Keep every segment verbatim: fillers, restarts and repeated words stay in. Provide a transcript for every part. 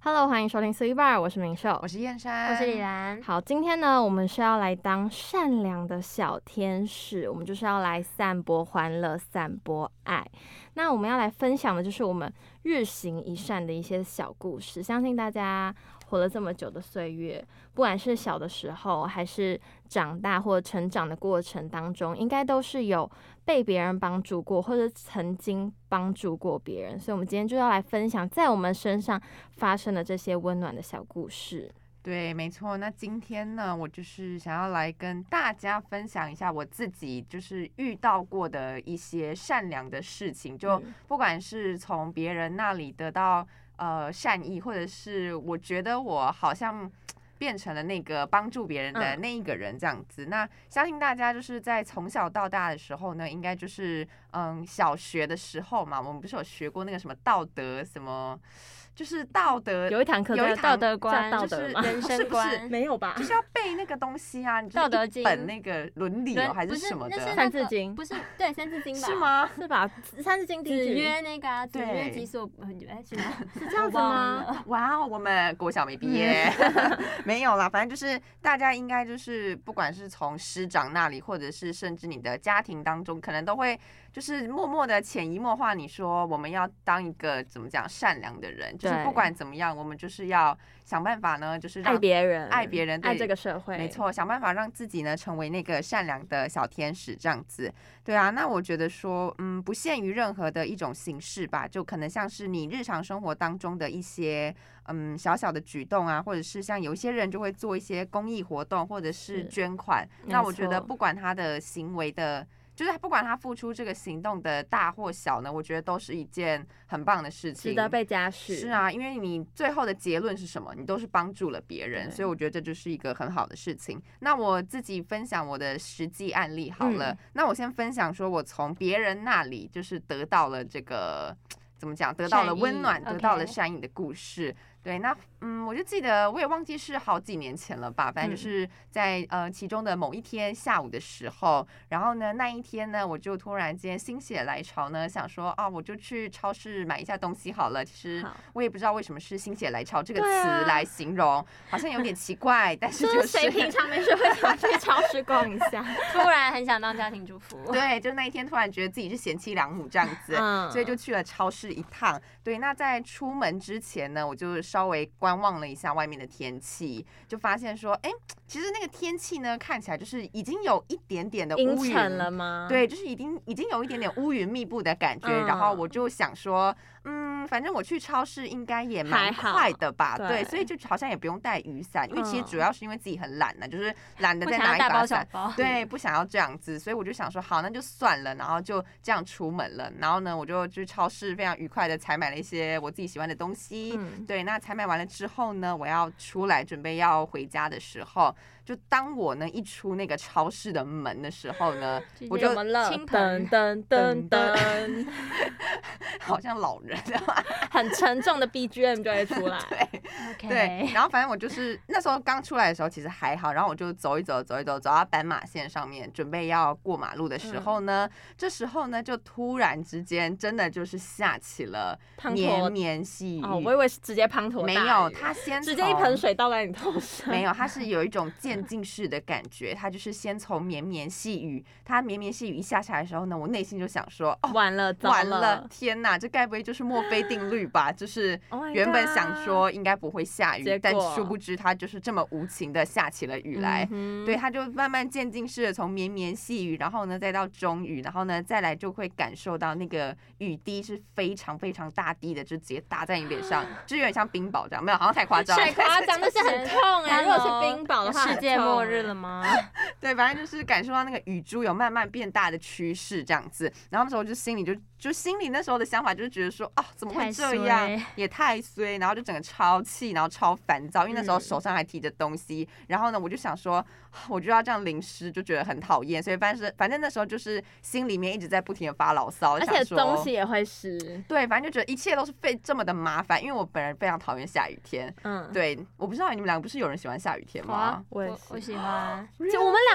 Hello， 欢迎收听 Sweet Bar， 我是明秀， 我是燕山， 我是李兰。 好，今天呢，我们是要来当善良的小天使，我们就是要来散播欢乐，散播爱。那我们要来分享的就是我们日行一善的一些小故事。相信大家活了这么久的岁月，不管是小的时候，还是长大或者成长的过程当中，应该都是有被别人帮助过，或者曾经帮助过别人。所以，我们今天就要来分享在我们身上发生的这些温暖的小故事。 对，没错。那今天呢，我就是想要来跟大家分享一下我自己就是遇到过的一些善良的事情，就不管是从别人那里得到呃善意，或者是我觉得我好像变成了那个帮助别人的那一个人这样子。嗯、那相信大家就是在从小到大的时候呢，应该就是嗯小学的时候嘛，我们不是有学过那个什么道德什么。就是道德有一堂课有一堂道德观，道德吗？ 人生观是不是没有吧？ 就是要背那个东西啊，你道德经本那个伦理哦，还是什么的？ 那三字经不是对三字经吧？ 是吗？ 是吧？三字经第一句子曰那个啊，子曰己所哎是吗？ 是这样子吗？ 哇哦，我们国小没毕业，没有啦，反正就是大家应该就是不管是从师长那里，或者是甚至你的家庭当中，可能都会就是默默的潜移默化，你说我们要当一个怎么讲善良的人。就是不管怎么样，我们就是要想办法呢，就是让爱别人， 爱别人， 爱这个社会。 没错，想办法让自己呢成为那个善良的小天使，这样子。对啊，那我觉得说，嗯，不限于任何的一种形式吧，就可能像是你日常生活当中的一些嗯小小的举动啊，或者是像有一些人就会做一些公益活动，或者是捐款。那我觉得不管他的行为的。就是不管他付出这个行动的大或小呢，我觉得都是一件很棒的事情， 值得被嘉许。 是啊，因为你最后的结论是什么？你都是帮助了别人，所以我觉得这就是一个很好的事情。那我自己分享我的实际案例好了，嗯、那我先分享说我从别人那里就是得到了这个怎么讲，得到了温暖，得到了善意的故事。对，那嗯，我就记得，我也忘记是好几年前了吧，反正就是在呃其中的某一天下午的时候，然后呢那一天呢，我就突然间心血来潮呢，想说啊，我就去超市买一下东西好了。其实我也不知道为什么是心血来潮这个词来形容，啊、好像有点奇怪，但是就是谁平常没事会想去超市逛一下， 突然很想当家庭主妇。 对，就那一天突然觉得自己是贤妻良母这样子，嗯、所以就去了超市一趟。对，那在出门之前呢，我就稍微观望了一下外面的天气，就发现说，哎、欸，其实那个天气呢，看起来就是已经有一点点的乌云了吗？ 对，就是已经已经有一点点乌云密布的感觉。嗯、然后我就想说，嗯，反正我去超市应该也蛮快的吧，对，对，所以就好像也不用带雨伞，因为其实主要是因为自己很懒呢，就是懒得再拿一把伞，对，不想要这样子，所以我就想说，好，那就算了，然后就这样出门了。然后呢，我就去超市非常愉快的采买了一些我自己喜欢的东西，嗯、对，那采买完了之后呢，我要出来准备要回家的时候，就当我呢一出那个超市的门的时候呢，我就噔噔噔噔， 好像老人很沉重的 B G M 就会出来。 对、 okay. 对，然后反正我就是那时候刚出来的时候其实还好，然后我就走一走走一走走到斑马线上面，准备要过马路的时候呢，嗯、这时候呢就突然之间真的就是下起了绵绵细雨。 哦，我以为是直接滂沱大雨。 没有，它先直接一盆水倒在你头上。 没有，它是有一种渐进式的感觉，它就是先从绵绵细雨，它绵绵细雨一下下来的时候呢，我内心就想说，哦， 完了， 完了，天哪，这该不会就是墨菲定律吧？就是原本想说应该不会下雨， oh、 但殊不知它就是这么无情的下起了雨来。嗯、对，它就慢慢渐进式的从绵绵细雨，然后呢再到中雨，然后呢再来就会感受到那个雨滴是非常非常大滴的，就直接打在你脸上，就有点像冰雹这样，没有，好像太夸张， 太夸张，但是很痛哎、欸。如果是冰雹的话， 世界末日了吗？ 对，反正就是感受到那个雨珠有慢慢变大的趋势这样子，然后那时候就心里就就心里那时候的想法就是觉得说，哦，怎么会这样，也太衰，然后就整个超气，然后超烦躁，因为那时候手上还提着东西，嗯、然后呢，我就想说，我就要这样淋湿，就觉得很讨厌，所以反正反正那时候就是心里面一直在不停的发牢骚， 而且东西也会湿， 对，反正就觉得一切都是非这么的麻烦，因为我本人非常讨厌下雨天，嗯，对，我不知道你们两个不是有人喜欢下雨天吗？ 啊、 我我喜欢， 就我们两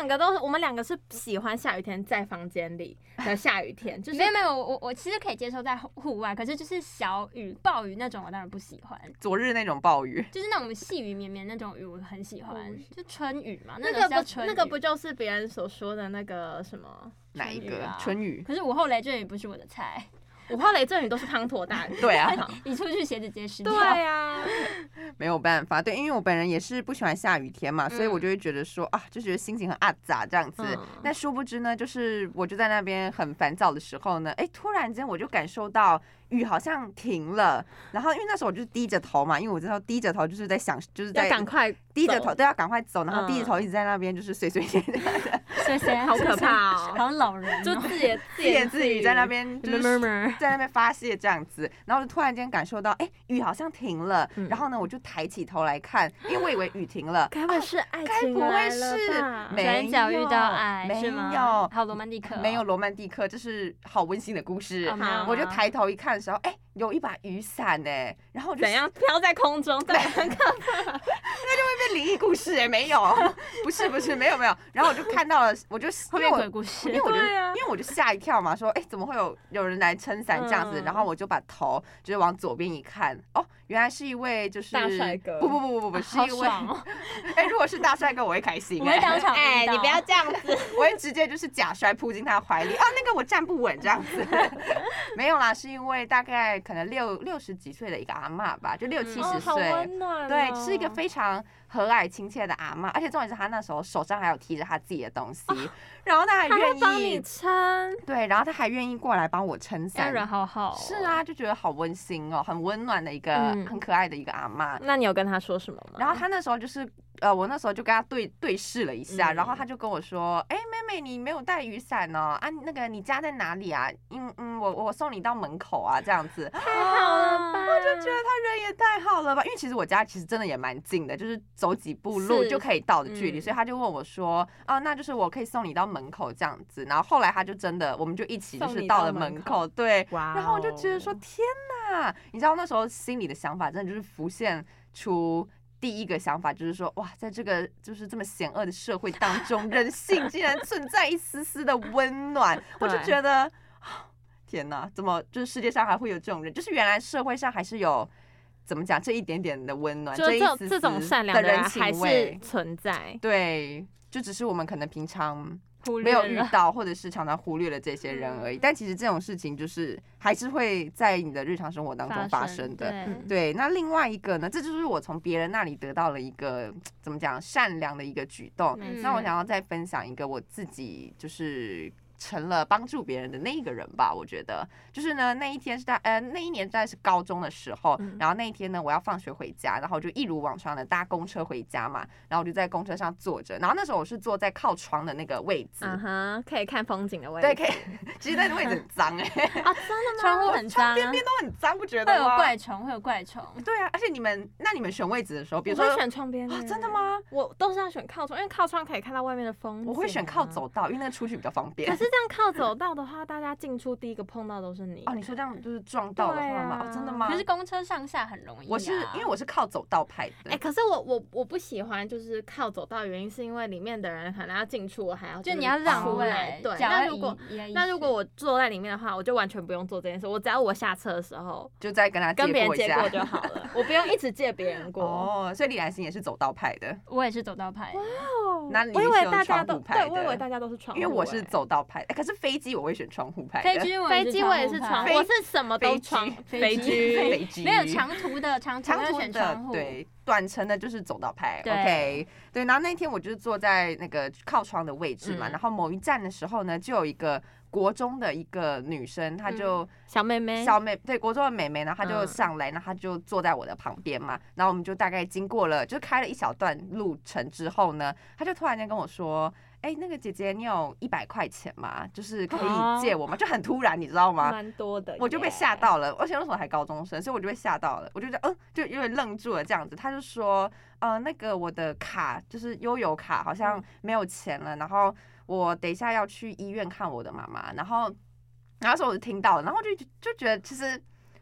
两个都是，我们两个是喜欢下雨天在房间里的下雨天，就是没有没有，我我其实可以接受在户外，可是就是小雨、暴雨那种，我当然不喜欢。 昨日那种暴雨， 就是那种细雨绵绵那种雨，我很喜欢，就春雨嘛， 那个不那个不就是别人所说的那个什么哪一个啊春雨？ 可是午后雷阵雨不是我的菜。 午后雷阵雨都是滂沱大雨。 对啊， 一出去鞋子直接湿掉。 对啊， 没有办法，对，因为我本人也是不喜欢下雨天嘛， 嗯、 所以我就会觉得说啊，就觉得心情很阿杂这样子。 嗯、 那殊不知呢，就是我就在那边很烦躁的时候呢，哎，突然间我就感受到雨好像停了，然后因为那时候我就低着头嘛，因为我知道低着头就是在想，就是在赶快低着头都要赶快走，然后低着头一直在那边就是碎碎念的， 碎碎好可怕哦， 好像老人、哦， 就自言自言自语在那边就是在那边发泄这样子，然后就突然间感受到，哎，雨好像停了， 嗯、 然后呢，我就抬起头来看，因为我以为雨停了， 该不会是爱情来了吧？ 没有， 转角遇到爱， 没是吗？ 有， 好罗曼蒂克、哦， 没有罗曼蒂克，这是好温馨的故事。 哦、 我就抬头一看的时候，哎，有一把雨伞哎，然后我就怎样飘在空中？对，很可怕。 那就会变灵异故事哎，没有，不是不是，没有没有。然后我就看到了，我就会变鬼故事， 因为我就、 啊、 因为我就吓一跳嘛，说哎，怎么会有有人来撑伞这样子？嗯、然后我就把头就是往左边一看，哦，原来是一位就是大帅哥。 不不不不不不，是一位。哎、 哦， 如果是大帅哥，我会开心。 我会当场哎，你不要这样子， 我会直接就是假摔扑进他怀里啊，那个我站不稳这样子。没有啦，是因为大概可能六六十几岁的一个阿嬷吧，就六七十岁， 好温暖、哦。 对，是一个非常和蔼亲切的阿嬷，而且重点是他那时候手上还有提着他自己的东西，哦、然后他还愿意帮你撑， 对，然后他还愿意过来帮我撑伞， 人好好、哦。 是啊，就觉得好温馨哦，很温暖的一个、嗯、很可爱的一个阿嬷。 那你有跟他说什么吗？ 然后他那时候就是呃，我那时候就跟他对对视了一下，嗯、然后他就跟我说：“哎、欸，妹妹，你没有带雨伞哦，啊，那个你家在哪里啊？嗯嗯，我我送你到门口啊，这样子。” 太好了吧！ 我就觉得他人也太好了吧，因为其实我家其实真的也蛮近的，就是走几步路就可以到的距离，嗯、所以他就问我说：“啊，那就是我可以送你到门口这样子。”然后后来他就真的，我们就一起就是到了门口，对， 哇、 然后我就觉得说：“天哪！”你知道那时候心里的想法真的就是浮现出。第一个想法就是说，哇，在这个就是这么险恶的社会当中，人性竟然存在一丝丝的温暖，我就觉得，天哪，怎么就是世界上还会有这种人？就是原来社会上还是有怎么讲这一点点的温暖， 就这这一丝丝这种善良的人还是存在。 对，就只是我们可能平常没有遇到，或者是常常忽略了这些人而已。但其实这种事情就是还是会在你的日常生活当中发生的。 对， 对，那另外一个呢，这就是我从别人那里得到了一个怎么讲善良的一个举动。那我想要再分享一个我自己就是成了帮助别人的那一个人吧。我觉得就是呢，那一天是在呃那一年在是高中的时候，然后那一天呢我要放学回家，然后我就一如往常的搭公车回家嘛，然后我就在公车上坐着，然后那时候我是坐在靠窗的那个位置， 嗯哼，可以看风景的位置， 对，可以。其实那个位置很脏哎、欸， 啊，真的吗？ 窗户很脏， 边边都很脏，不觉得吗？会有吗？ 怪虫，会有怪虫。 对啊，而且你们那你们选位置的时候，比如说我会选窗边、欸啊，真的吗？ 我都是要选靠窗，因为靠窗可以看到外面的风景、啊。 我会选靠走道，因为那个出去比较方便。 可是这样靠走道的话，大家进出第一个碰到都是你。 哦，你说这样就是撞到的话吗？ 啊、 哦，真的吗？ 可是公车上下很容易、啊。 我是因为我是靠走道派的。 哎、欸，可是我我我不喜欢就是靠走道，原因是因为里面的人可能要进出，我还要就你要让出来。 对，那如果那如果我坐在里面的话，我就完全不用做这件事，我只要我下车的时候就再跟他跟别人借过就好了，我不用一直借别人过。 哦，所以李兰心也是走道派的， 我也是走道派。 哇哦， 那你我以为大家都对， 我以为大家都是窗户、欸， 因为我是走道派、欸。可是飞机我会选窗户派的， 飞机飞机我也是窗，我是什么都窗。 飞机飞机没有长途的长途长途选窗户， 对，短程的就是走道派。 对 OK， 对，然后那天我就是坐在那个靠窗的位置嘛，嗯、然后某一站的时候呢，就有一个国中的一个女生，她就、 嗯、小妹妹， 小妹对国中的妹妹，然后她就上来，然后她就坐在我的旁边嘛，然后我们就大概经过了，就开了一小段路程之后呢，她就突然间跟我说。哎、欸，那个姐姐，你有一百块钱吗？就是可以借我吗？ Oh, 就很突然，你知道吗？ 蛮多的， 我就被吓到了。而且那时候还高中生，所以我就被吓到了。我就觉得，嗯，就有点愣住了这样子。他就说，呃，那个我的卡就是悠游卡好像没有钱了，然后我等一下要去医院看我的妈妈。然后，然后那时候我就听到了，然后就就觉得其实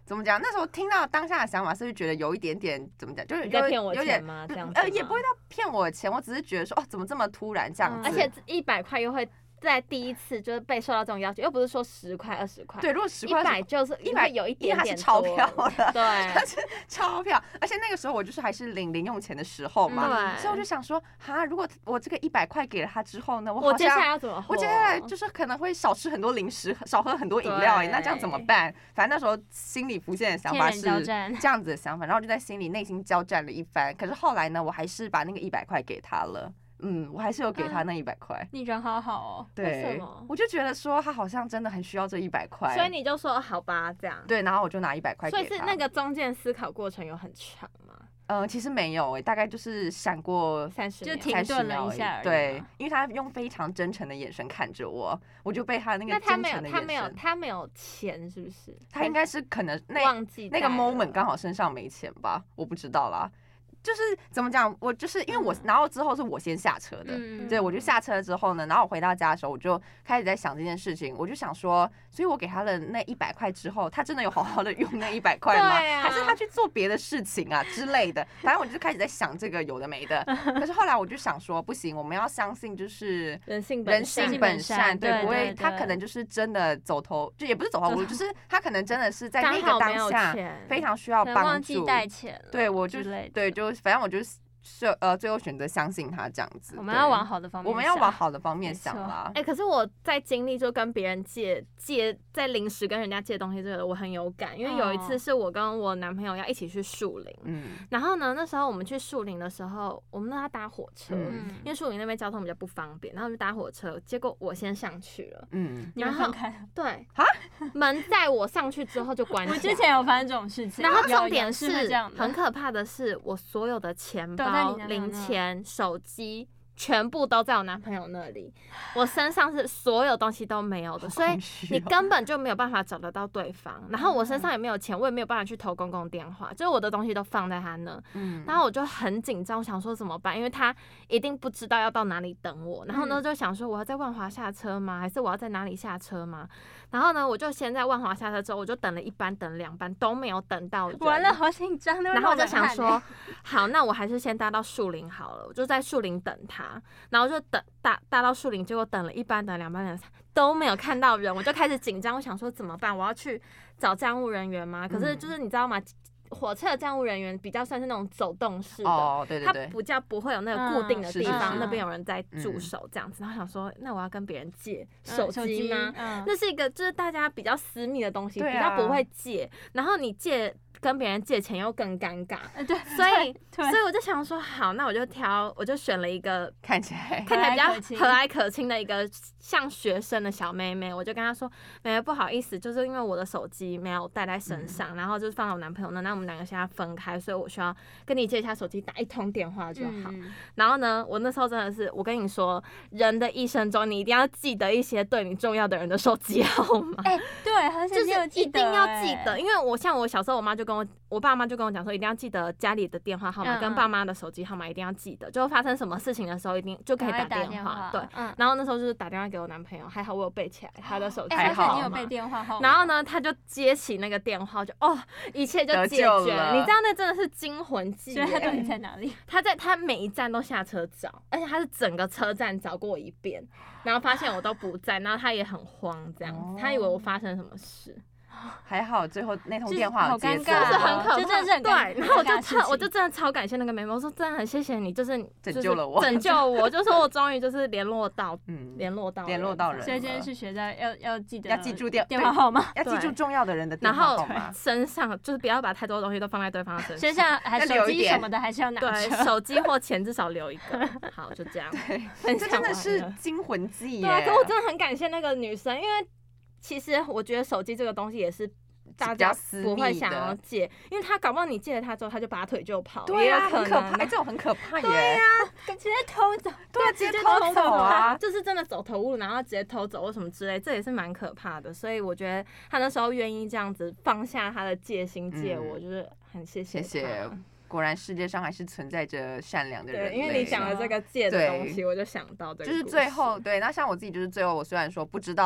怎么讲？那时候听到当下的想法是觉得有一点点怎么讲，就是你在骗我有点钱吗？这样子呃，也不会到骗我钱，我只是觉得说哦，怎么这么突然这样子？ 而且一百块又会在第一次就是被受到这种要求，又不是说十块二十块， 对，如果十一块百就是一百有一点点因为它是钞票的， 对， 它是钞票，而且那个时候我就是还是领零用钱的时候嘛， 对所以我就想说，哈，如果我这个一百块给了他之后呢，我好我接下来像要怎么活？ 我接下来就是可能会少吃很多零食，少喝很多饮料，哎， 对那这样怎么办？反正那时候心里浮现的想法是天人交战这样子的想法，然后就在心里内心交战了一番。可是后来呢，我还是把那个一百块给他了。嗯，我还是有给他那一百块。 你人好好哦。 为什对么， 我就觉得说他好像真的很需要这一百块， 所以你就说好吧，这样。 对，然后我就拿一百块给他。 所以是那个中间思考过程有很长吗？ 嗯，其实没有诶，大概就是闪过就三十秒停顿了一下而已对嘛， 因为他用非常真诚的眼神看着我，我就被他那个那他没有， 真诚的他没有， 眼神， 他没有钱是不是？ 他应该是可能那忘记那个带了 moment 刚好身上没钱吧，我不知道啦。就是怎么讲，我就是因为我嗯然后之后是我先下车的， 嗯对，我就下车之后呢，然后我回到家的时候，我就开始在想这件事情，我就想说，所以我给他的那一百块之后，他真的有好好的用那一百块吗？ 对啊还是他去做别的事情啊之类的？反正我就开始在想这个有的没的。可是后来我就想说，不行，我们要相信就是人性本人善性本善， 对不会， 对对他可能就是真的走投，就也不是走投无路，就是他可能真的是在刚那个好没有当下钱非常需要可能忘帮助。 记带钱了， 对，我就之类的对，就反正我就是是呃，最后选择相信他这样子。对我们要往好的方面想， 我们要往好的方面想没错啦哎、。可是我在经历就跟别人借借在临时跟人家借东西这个，我很有感，因为有一次哦是我跟我男朋友要一起去树林， 嗯然后呢，那时候我们去树林的时候，我们那要搭火车， 嗯因为树林那边交通比较不方便，然后就搭火车，结果我先上去了， 嗯， 你们然后分开了。 对哈， 门在我上去之后就关起我来。 之前有发生这种事情， 然后有有重点是会这样的很可怕的是，我所有的钱都在包你、男朋友零那钱、手机。全部都在我男朋友那里，我身上是所有东西都没有的，所以空虚哦你根本就没有办法找得到对方。然后我身上也没有钱，我也没有办法去投公共电话，就是我的东西都放在他那。 嗯然后我就很紧张，我想说怎么办，因为他一定不知道要到哪里等我。然后呢， 嗯就想说我要在万华下车吗？还是我要在哪里下车吗？然后呢，我就先在万华下车之后，我就等了一班，等了两班都没有等到人。 完了，好紧张。 然后我就想说，好，那我还是先搭到树林好了，我就在树林等他，然后就等搭搭到树林，结果等了一班，等两班，等都没有看到人，我就开始紧张，我想说怎么办？我要去找站务人员吗？可是就是你知道吗？火车的站务人员比较算是那种走动式的， 哦，对对它对， 比较不会有那个固定的嗯地方， 是是是那边有人在驻嗯守这样子。然后想说，那我要跟别人借嗯手机吗？ 嗯那是一个就是大家比较私密的东西， 对啊比较不会借。然后你借跟别人借钱又更尴尬， 呃对， 所以对所以我就想说，好，那我就挑，我就选了一个看起来看起来比较和蔼可亲和蔼可亲的一个像学生的小妹妹，我就跟她说，妹妹不好意思，就是因为我的手机没有带在身上，然后就是放在我男朋友那，那我们两个现在分开，所以我需要跟你借一下手机，打一通电话就好。 嗯然后呢，我那时候真的是，我跟你说，人的一生中，你一定要记得一些对你重要的人的手机号码。 哎、对，而且就是你有记得一定要哎记得，因为我像我小时候，我妈就跟我，我爸妈就跟我讲说，一定要记得家里的电话号码嗯跟爸妈的手机号码一定要记得，就发生什么事情的时候，一定就可以赶快打电话。对， 嗯， 然后那时候就是打电话给我男朋友，还好我有背起来他的手机哎、 还好而且你有号码背电话号码， 然后呢，他就接起那个电话，就哦，一切就得解决救了你知道那真的是惊魂记所以他到底耶。 在哪里？ 他在他每一站都下车找，而且他是整个车站找过一遍，然后发现我都不在，然后他也很慌，这样子，他以为我发生什么事。 还好，最后那通就是电话有接通好尴尬就是很可怕， 这真的是很尴对。然后我就尴尬的事超，我情就真的超感谢那个妹妹，我说真的很谢谢你，就是拯救了我就是拯救我，就说我终于就是联络到嗯， 联络到联络到人这样所以这件事学在要要记得要记住电电话号码， 要记住对重要的人的电然后话号码。 身上就是不要把太多东西都放在对方的身身上， 上还要留一点手机什么的还是要拿对， 着。 手机或钱至少留一个。好，就这样。分这享完真的是了惊魂记耶！ 对啊，可我真的很感谢那个女生，因为其实我觉得手机这个东西也是。大家不会想要借，因为他搞不好你借了他之后，他就拔腿就跑， 对啊， 也有可能很可怕，哎，这种很可怕耶！对呀， 直接偷走， 对啊，直接直接偷偷走啊！ 就是真的走投无路，然后直接偷走或什么之类，这也是蛮可怕的。所以我觉得他那时候愿意这样子放下他的戒心借我， 嗯就是很谢谢谢他。 谢。果然世界上还是存在着善良的人对， 类。 因为你讲了这个借的对东西，我就想到这个故事。 就是最后对，那像我自己就是最后，我虽然说不知道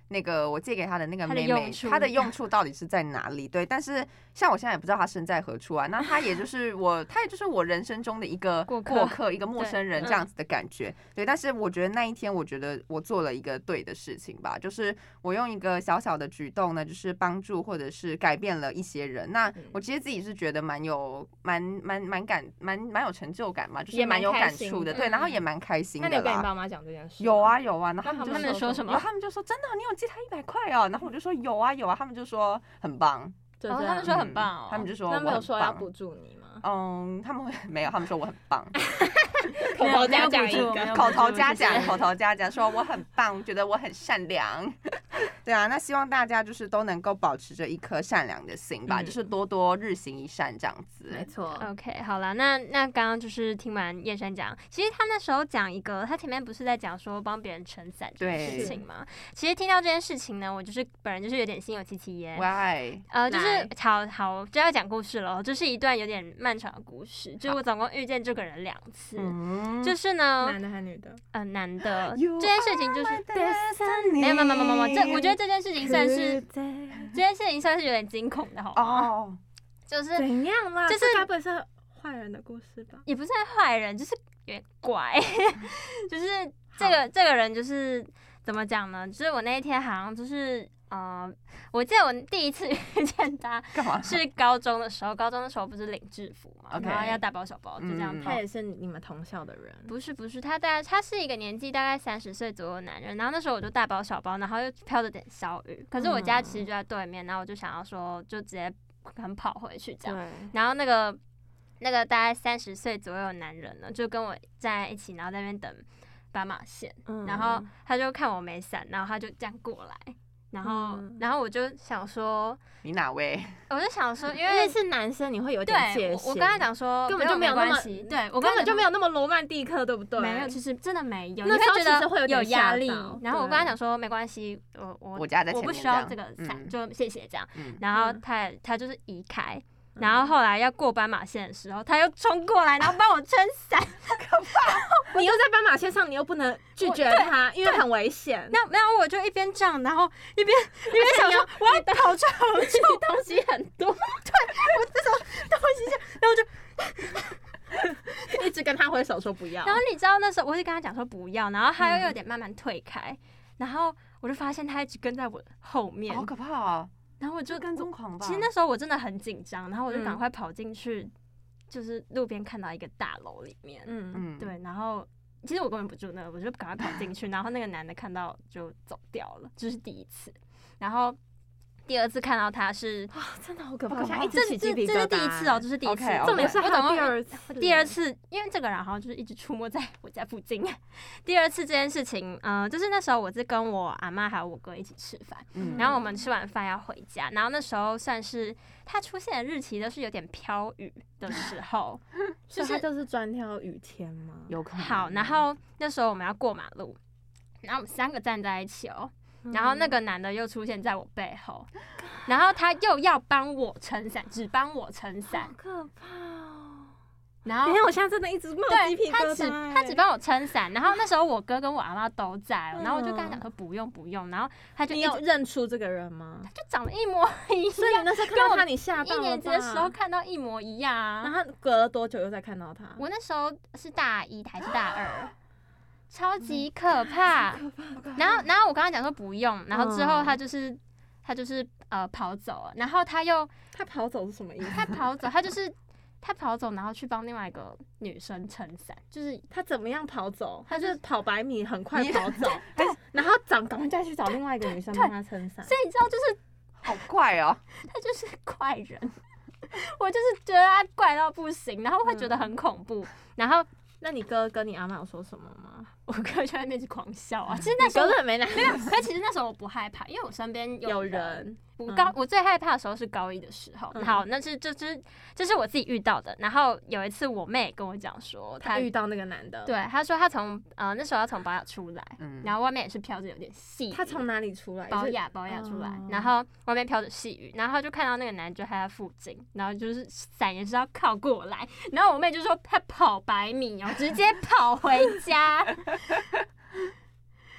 那个我借给他的那个妹妹， 它的用处她的用处到底是在哪里？对，但是像我现在也不知道她身在何处啊。那她也就是我，她也就是我人生中的一个过客过客，一个陌生人对这样子的感觉。对，但是我觉得那一天，我觉得我做了一个对的事情吧，就是我用一个小小的举动呢，就是帮助或者是改变了一些人。那我其实自己是觉得蛮有、蛮蛮蛮感、蛮蛮有成就感嘛，就是也蛮蛮有开心感触的， 的对，然后也蛮开心的那你有跟你啦。 爸妈讲这件事？ 有，啊有啊，然后他们就那他们说什么有他们就说真的，你有借他一百块哦，然后我就说有啊有啊，他们就说很棒， 就这样哦他们说很棒哦嗯他们就说那没有我很棒说要补助你吗？ 嗯，他们会没有，他们说我很棒， 口头嘉奖一没有补助没有个， 口头嘉谢谢奖，口头嘉奖，说我很棒，觉得我很善良。对啊，那希望大家就是都能够保持着一颗善良的心吧， 嗯就是多多日行一善这样子。 没错。 OK， 好了，那那刚刚就是听完燕山讲，其实他那时候讲一个，他前面不是在讲说帮别人撑伞这件对事情吗？其实听到这件事情呢，我就是本人就是有点心有戚戚焉。 Why？ 呃，就是来好好就要讲故事了，这是一段有点漫长的故事。就是我总共遇见这个人两次， 嗯， 就是呢， 男的还是女的？ 呃，男的 You 这件事情就是。 Destiny 没有没有没有没有没有，这我觉得这件事情算是这件事情算是有点惊恐的，好吗？ 哦， 就是怎样啦？ 就是这该不会是坏人的故事吧？ 也不是坏人，就是有点怪，就是这个这个人就是怎么讲呢？就是我那一天好像就是呃，我记得我第一次遇见他干嘛？ 是高中的时候，高中的时候不是领制服嘛 OK 然后要大包小包就这样嗯跑。 他也是你们同校的人？ 不是不是，他大概他是一个年纪大概三十岁左右的男人，然后那时候我就大包小包，然后又飘着点小雨，可是我家其实就在对面，然后我就想要说就直接可能跑回去这样， 对， 然后那个那个大概三十岁左右的男人呢，就跟我站在一起，然后在那边等斑马线， 嗯然后他就看我没伞，然后他就这样过来，然后、 嗯然后我就想说， 你哪位？ 我就想说，因因为为是男生，你会有点戒对， 心。 我我跟他讲说， 根本就没有那么关系，对我根本就没有。 有那么罗曼蒂克，对不对？ 没有，其实真的没有， 那时候你会觉得其实会有点压力吓到。 然后我对跟他讲说没关系，我我我家在前我不面这需要这个样伞， 嗯就谢谢这样。 嗯， 然后嗯他也他就是移开，然后后来要过斑马线的时候，他又冲过来，然后帮我撑伞。 你又在斑马线上，你又不能拒绝他，因为很危险。 那然后我就一边这样，然后一边一边想说我要跑出你东西很多，一直跟他挥手说不要。 然后你知道那时候我是跟他讲说不要，然后他又有点慢慢退开，然后我就发现他一直跟在我后面， 好可怕啊！ 然后我就跟踪狂吧？ 其实那时候我真的很紧张，然后我就嗯赶快跑进去，就是路边看到一个大楼里面， 嗯， 嗯， 对，然后其实我根本不住那，我就赶快跑进去，然后那个男的看到就走掉了，这是第一次，然后第二次看到他是， 哇，真的好可怕， 好可怕现在一这这直起鸡皮疙瘩。 这是第一次哦，这是第一次 OK，OK 重点是还有我总共第二次， 第二次，因为这个人好像就是一直出没在我家附近。第二次这件事情，嗯、就是那时候我是跟我阿妈还有我哥一起吃饭， 嗯然后我们吃完饭要回家，然后那时候算是他出现的日期都是有点飘雨的时候，就是所以他就是专挑雨天吗？ 有可能。 好，然后那时候我们要过马路，然后我们三个站在一起哦、然后那个男的又出现在我背后，然后他又要帮我撑伞，只帮我撑伞好，可怕哦！ 然后等一下，我现在真的一直冒鸡皮对，他只疙瘩欸。 他只帮我撑伞，然后那时候我哥跟我阿妈都在、哦， 嗯然后我就跟他讲说不用不用，然后他就你一直有认出这个人吗？ 就长得一模一样， 所以你那时候看到他，你吓到了吧一年级的时候，看到一模一样啊。 然后隔了多久又再看到他？ 我那时候是大一还是大二，超级可怕。然后然后我跟他讲说不用，然后之后他就是他就是呃跑走了，然后他又他跑走是什么意思？ 他跑走，他就是他跑走，然后去帮另外一个女生撑伞，就是他怎么样跑走？ 他就他就是跑百米，很快你跑走，然后找赶快再去找另外一个女生帮他撑伞。 所以你知道就是好怪哦。 他就是怪人，我就是觉得他怪到不行，然后会觉得很恐怖，然后那你哥跟你阿妈有说什么吗？ 我哥就在那边一直狂笑啊。其实那时候你哥很没男没有，可是其实那时候我不害怕，因为我身边有人。 人， 我高、我最害怕的时候是高一的时候。 嗯好，那是这这这是我自己遇到的。然后有一次我妹跟我讲说，她他遇到那个男的，， 对她说她从呃那时候要从保雅出来， 嗯， 然后外面也是飘着有点细雨。 他从哪里出来？ 保是雅保雅出来， 哦然后外面飘着细雨，然后他就看到那个男人就在他附近，然后就是伞也是要靠过来，然后我妹就说他跑百米哦，直接跑回家。 我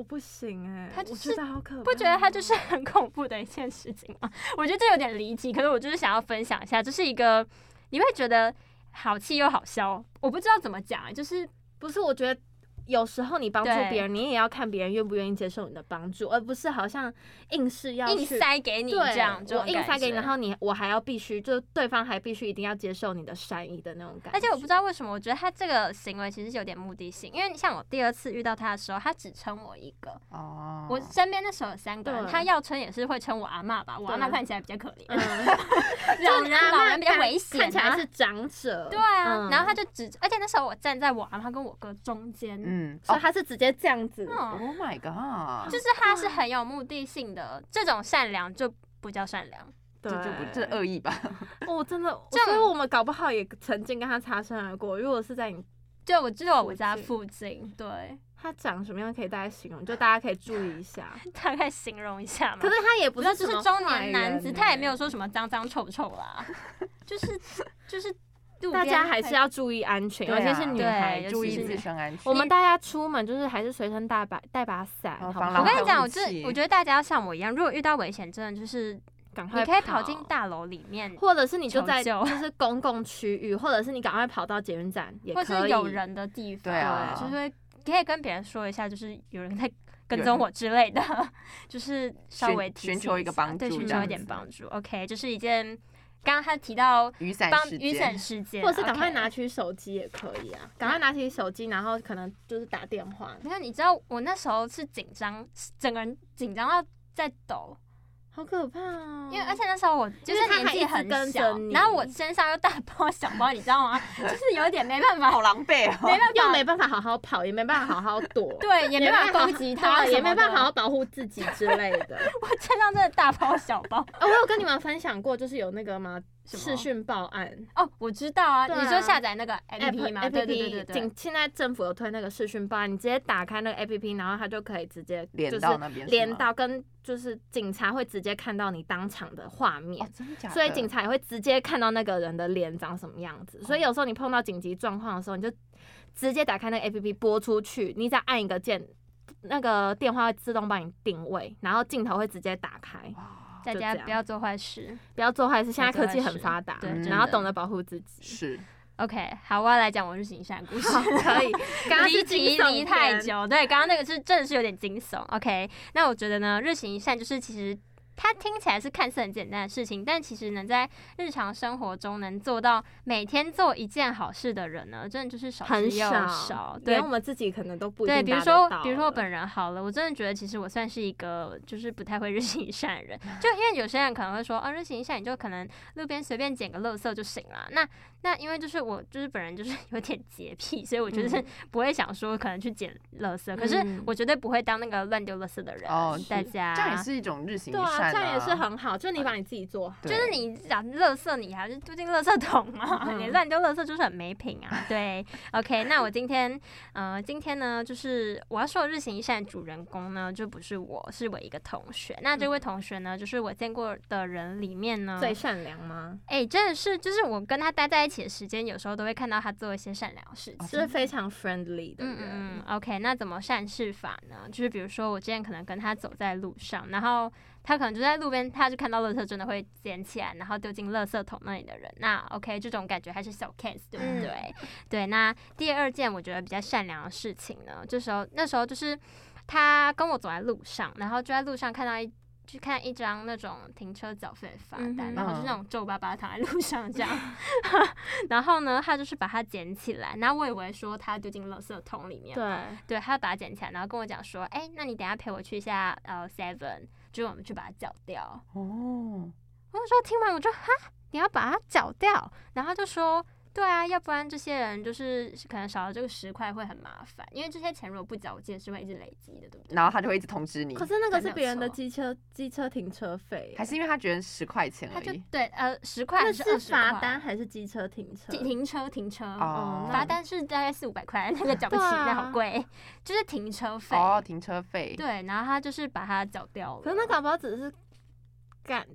不行哎、欸， 他就是我觉得好可怕， 不觉得它就是很恐怖的一件事情吗？我觉得这有点离奇，可是我就是想要分享一下，这是一个你会觉得好气又好笑，我不知道怎么讲、欸，就是不是？我觉得有时候你帮助对别人，你也要看别人愿不愿意接受你的帮助，而不是好像硬是要硬去塞给你对这样，这我种感硬塞给你， 觉然后你我还要必须，就对方还必须一定要接受你的善意的那种感觉。 而且我不知道为什么，我觉得他这个行为其实是有点目的性，因为像我第二次遇到他的时候，他只称我一个， 哦， 我身边那时候有三个人， 对他要称也是会称我阿嬷吧，我阿嬷对看起来比较可怜， 嗯， 老人老人比较危险、啊， 看起来是长者， 对啊， 嗯然后他就只，而且那时候我站在我阿嬷跟我哥中间， 嗯， 所以他是直接这样子， 嗯， Oh my god！ 就是他是很有目的性的，这种善良就不叫善良。 对， 这就不这恶意吧？ 哦，真的， 这样所以我们搞不好也曾经跟他擦身而过。如果是在你就我就在我家附附近，对， 他长什么样，可以大概形容，就大家可以注意一下。 大概形容一下嘛。 可是他也不不是是什么就是中坏年男子， 人欸他也没有说什么脏脏臭臭啦，就是就是路边大家还是要注意安全，尤对啊其是女孩对注意尤其是自身安全。 我们大家出门就是还是随身带把带把伞，好不好哦防狼我跟你讲， 防武我就是器我觉得大家要像我一样，如果遇到危险，真的就是赶快你可以跑进大楼里面， 或者是你就在求救就是公共区域，或者是你赶快跑到捷运站也可以。 或是有人的地方， 对啊就是会可以跟别人说一下，就是有人在跟踪我之类的，就是稍微提醒寻求一个帮助对，寻求一点这样子帮助。OK，这是一件刚刚他提到雨伞帮事雨伞件， 事件， 或者是赶快 OK 拿起手机也可以啊，赶快拿起手机，然后可能就是打电话。 你看，你知道我那时候是紧张，整个人紧张到在抖， 好可怕哦！ 因为而且那时候我就因为他是年纪还一直跟很小着，你然后我身上又大包小包，你知道吗？就是有点没办法， 好狼狈哦。 没办法， 又没办法好好跑，也没办法好好躲， 对，也没办法攻击他， 对也没办法好好法。 保护自己之类的。 我身上真的大包小包。 哦，我有跟你们分享过，就是有那个吗？ 什么视讯报案哦，我知道啊， 对啊你说下载那个 A P P 吗？ A 对 P 对 P， 对对对警。现在政府有推那个视讯报案，你直接打开那个 A P P， 然后它就可以直接连就是到那边是吗连到跟就是警察会直接看到你当场的画面。 哦，真的假的？ 所以警察也会直接看到那个人的脸长什么样子，所以有时候你碰到紧急状况的时候，你就直接打开那个 A P P 拨出去，你只要按一个键，那个电话会自动帮你定位，然后镜头会直接打开。 大就这样家不要做坏事。 不要做坏事，现在不要做坏科技很事发达， 对真然后的懂得保护自己。 是 OK， 好，我要来讲我日行一善的故事。 可以，刚刚离是惊悚题离太片， 久，对，刚刚那个是真的是有点惊悚。OK，那我觉得呢，日行一善就是其实它听起来是看似很简单的事情，但其实能在日常生活中能做到每天做一件好事的人呢，真的就是少之很又少少。对连我们自己可能都不一对， 定比如说达得到， 比如说我本人好了，我真的觉得其实我算是一个就是不太会日行一善的人，就因为有些人可能会说，啊，日行一善你就可能路边随便捡个垃圾就行了。那那因为就是我就是本人就是有点洁癖，所以我就是嗯不会想说可能去捡垃圾，可是嗯我绝对不会当那个乱丢垃圾的人。 哦大家这样也是一种日行对啊， 一善这样也是很好，就你把你自己做好。 对就是你讲垃圾，你还是丢进垃圾桶嘛？ 嗯你乱丢垃圾就是很没品啊。对，OK， 那我今天，呃，今天呢，就是我要说的日行一善的主人公呢，就不是我，是我一个同学。那这位同学呢，就是我见过的人里面呢， 最善良吗？ 哎、真的是，就是我跟他待在一起的时间，有时候都会看到他做一些善良的事情。 是非常 friendly 的嗯人。 嗯嗯，OK，那怎么善事法呢？就是比如说，我之前可能跟他走在路上，然后他可能就在路边，他就看到垃圾真的会捡起来，然后丢进垃圾桶那里的人。那 OK， 这种感觉还是小 case， 对不对？ 嗯对。那第二件我觉得比较善良的事情呢，这时候那时候就是他跟我走在路上，然后就在路上看到一。去看一张那种停车缴费罚单， 嗯哼然后就是那种皱巴巴躺在路上这样，然后呢，他就是把它捡起来，然后我以为说他丢进垃圾桶里面， 对， 对，他把它捡起来，然后跟我讲说，哎、欸，那你等一下陪我去一下呃 Seven， 就是我们去把它缴掉。 哦。 我说听完我就哈，你要把它缴掉，然后他就说。对啊，要不然这些人就是可能少了这个十块会很麻烦，因为这些钱如果不缴，我记得是会一直累积的，对不对？ 然后他就会一直通知你。 可是那个是对没有别人的错机车机车停车费， 还是因为他觉得十块钱他就而已。 对呃十块那还是是二十块？ 罚单还是机车停车？ 停停车停车哦罚单是大概四五百块，那个缴不起， 对啊那好贵，就是停车费。 哦，停车费。 对，然后他就是把它缴掉了。 可是那搞不好只是干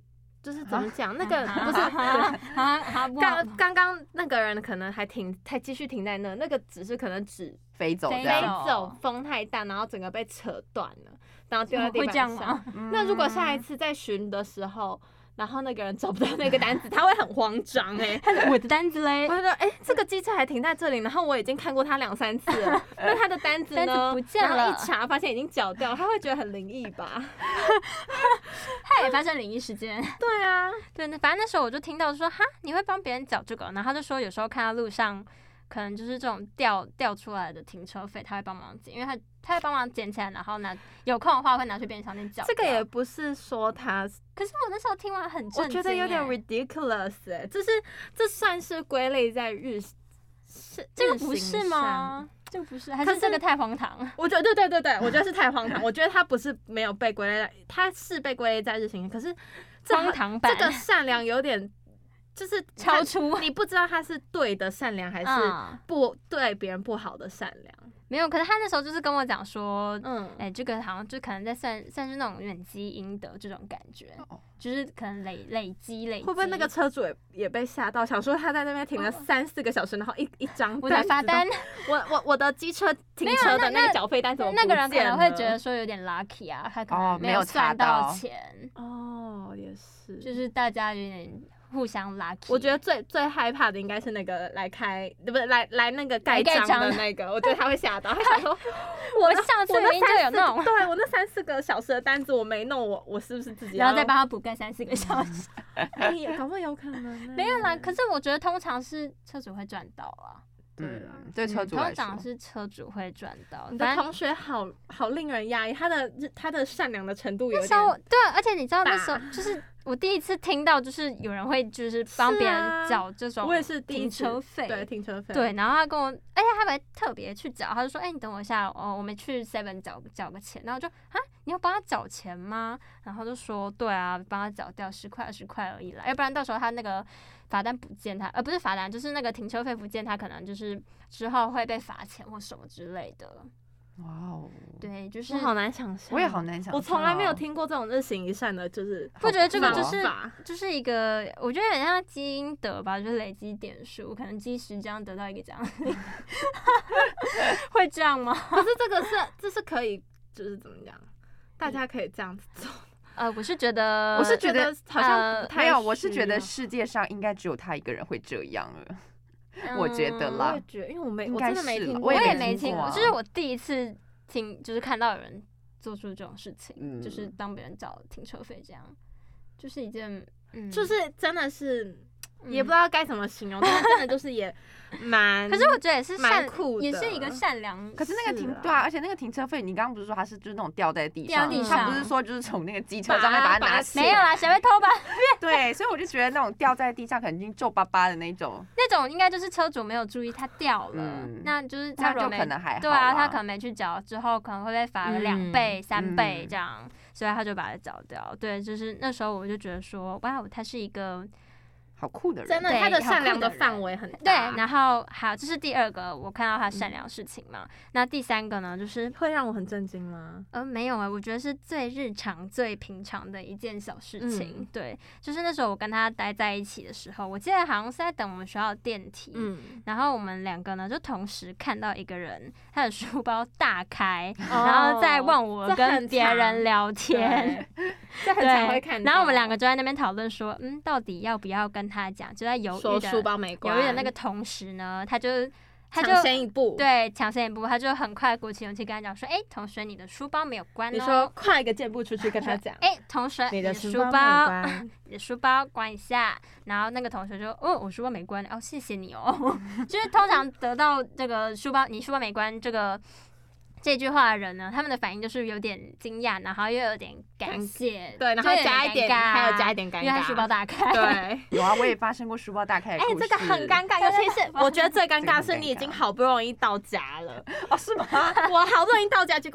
就是怎么讲，那个不是刚刚刚那个人可能还停，还继续停在那，那个只是可能纸飞走， 飞走，风太大，然后整个被扯断了，然后丢在地板上。 嗯、 那如果下一次再巡的时候，然后那个人找不到那个单子，他会很慌张哎、 欸，我的单子嘞， 我觉得哎、欸，这个机车还停在这里，然后我已经看过他两三次了，那他的单子呢？ 单子不见了， 然后一查发现已经缴掉，他会觉得很灵异吧？ 他也发生灵异事件。 对啊， 对，那反正那时候我就听到说，哈，你会帮别人缴这个，然后他就说有时候看到路上可能就是这种掉掉出来的停车费，他会帮忙捡，因为他他会帮忙捡起来，然后拿有空的话会拿去便利商店缴。 这个也不是说他， 可是我那时候听完很震惊、欸， 我觉得有点 ridiculous 哎、欸，这是这算是归类在日是这个不是吗？这个不是，还是这个太荒唐？ 我觉得对对对对，我觉得是太荒唐。我觉得他不是没有被归类在，他是被归类在日行，可是荒唐版这个善良有点。就是超出， 你不知道他是对的善良还是不对别人不好的善良。 嗯、没有，可是他那时候就是跟我讲说， 嗯， 哎、欸，这个好像就可能在算算是那种远积阴德这种感觉，哦、就是可能累累积累积。 会不会那个车主也也被吓到，想说他在那边停了三四个小时，然后一一张我的罚单， 我我我的机车停车的那个缴费单怎么不见了？ 那个人可能会觉得说有点 lucky 啊，他可能没有算到钱。 哦，也是， 就是大家有点。互相 lucky， 我觉得最最害怕的应该是那个来开，不是来来那个盖章的那个，我觉得他会吓到，他想说， 我上次明明就有弄， 对我那三四个小时的单子我没弄，我我是不是自己要， 然后再帮他补盖三四个小时？ 搞不好有可能、欸， 没有啦。可是我觉得通常是车主会赚到啦。 对啊，对车主来说， 通常是车主会赚到。 你的同学好好令人压抑，他的他的善良的程度有点。 那时候对，而且你知道那时候就是我第一次听到，就是有人会就是帮别人缴这种， 我也是停车费， 对停车费， 对，然后他跟我，而且他还特别去缴，他就说，哎、欸，你等我一下，哦，我们去 seven 缴缴个钱，然后我就啊，你要帮他缴钱吗？然后就说，对啊，帮他缴掉十块二十块而已啦，要不然到时候他那个罚单不见他，呃，不是罚单，就是那个停车费不见他，可能就是之后会被罚钱或什么之类的。 哇哦， 对，就是我好难想象， 我也好难想象， 我从来没有听过这种日行一善的，就是不觉得这个就是就是一个，我觉得很像积阴德吧，就是累积点数，可能积十这样得到一个奖励，会这样吗？ 可是这个是这是可以，就是怎么讲，大家可以这样子做。 呃，我是觉得， 我是觉得好像没有，我是觉得世界上应该只有他一个人会这样了。嗯、我觉得啦， 我也觉得，因为我没，我真的没听过， 我也没听过，就是我第一次听，就是看到有人做出这种事情，嗯、就是帮别人缴停车费，这样，就是一件，嗯， 就是真的是。也不知道该怎么形容，但是真的就是也蛮， 可是我觉得也是蛮酷的， 也是一个善良。 可是那个停，对啊，而且那个停车费，你刚刚不是说它是就是那种掉在地上， 地上他不是说就是从那个机车上面把它拿起来， 没有啦，谁会偷吧？ 对，所以我就觉得那种掉在地上肯定皱巴巴的那种， 那种应该就是车主没有注意它掉了，嗯、那就是他就可能还好， 对啊，他可能没去缴，之后可能会被罚个两倍、嗯、三倍这样，所以他就把它缴掉。对，就是那时候我就觉得说，哇，他是一个。 好酷的人， 真的，他的善良的范围很大。 对，然后好，这是第二个我看到他善良的事情嘛。嗯、那第三个呢，就是会让我很震惊吗？ 呃，没有啊、欸，我觉得是最日常、最平常的一件小事情。嗯、对，就是那时候我跟他待在一起的时候，我记得好像是在等我们学校的电梯，嗯，然后我们两个呢就同时看到一个人，他的书包大开，哦、然后再忘我跟别人聊天， 这很常会看到。 然后我们两个就在那边讨论说，嗯，到底要不要跟他讲，就在犹豫的书包没关， 犹豫的那个同时呢，他就他就抢先一步， 对，抢先一步，他就很快鼓起勇气跟他讲说，哎、欸，同学，你的书包没有关哦。 你说快一个箭步出去跟他讲， 哎、欸，同学， 你的书包，你的书包关一下。然后那个同学就，哦，我书包没关，哦，谢谢你哦。就是通常得到这个书包，你书包没关这个。这句话的人呢，他们的反应就是有点惊讶，然后又有点感谢， 对，然后加一点，还有加一点尴尬， 因为他书包大开， 对， 有啊，我也发生过书包大开的故事。 哎、欸，这个很尴尬，尤其是我觉得最尴尬是你已经好不容易到家了， 哦，是吗？ 我好不容易到家，结果一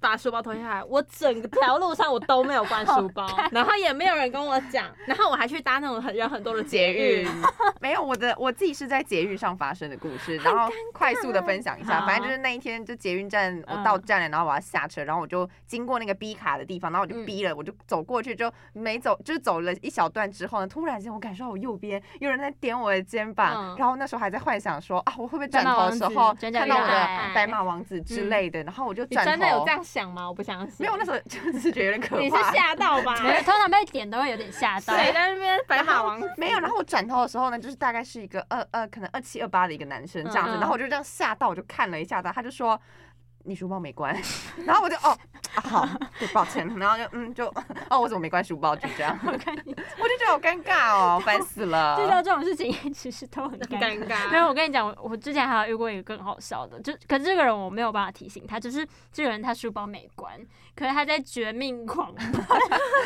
把书包脱下来，我整条路上我都没有关书包，然后也没有人跟我讲，然后我还去搭那种很人很多的捷运。 没有，我的我自己是在捷运上发生的故事，然后快速的分享一下。反正就是那一天就捷运站，我到站了，然后我要下车，然后我就经过那个 B 卡的地方，然后我就 B 了，我就走过去，就没走，就是走了一小段之后呢，突然间我感受到我右边有人在点我的肩膀，然后那时候还在幻想说啊，我会不会转头的时候看到我的白马王子之类的，然后我就转头。 你真的有这样想吗？我不相信。 没有，那时候就是觉得有点可怕。 你是吓到吧？ 通常被点都会有点吓到。 谁在那边白马王子？ 没有，然后我转头的时候呢，就是大概是一个二二可能二七二八的一个男生这样子，然后我就这样吓到，我就看了一下他，他就说。你书包没关，然后我就哦、啊、好，对，抱歉，然后就嗯就哦我怎么没关书包就这样，我就觉得好尴尬哦，烦死了。 遇到这种事情其实都很尴尬。尬没有，我跟你讲，我我之前还有遇过一个更好笑的，就可是这个人我没有办法提醒他，就是这个人他书包没关，可是他在绝命狂奔。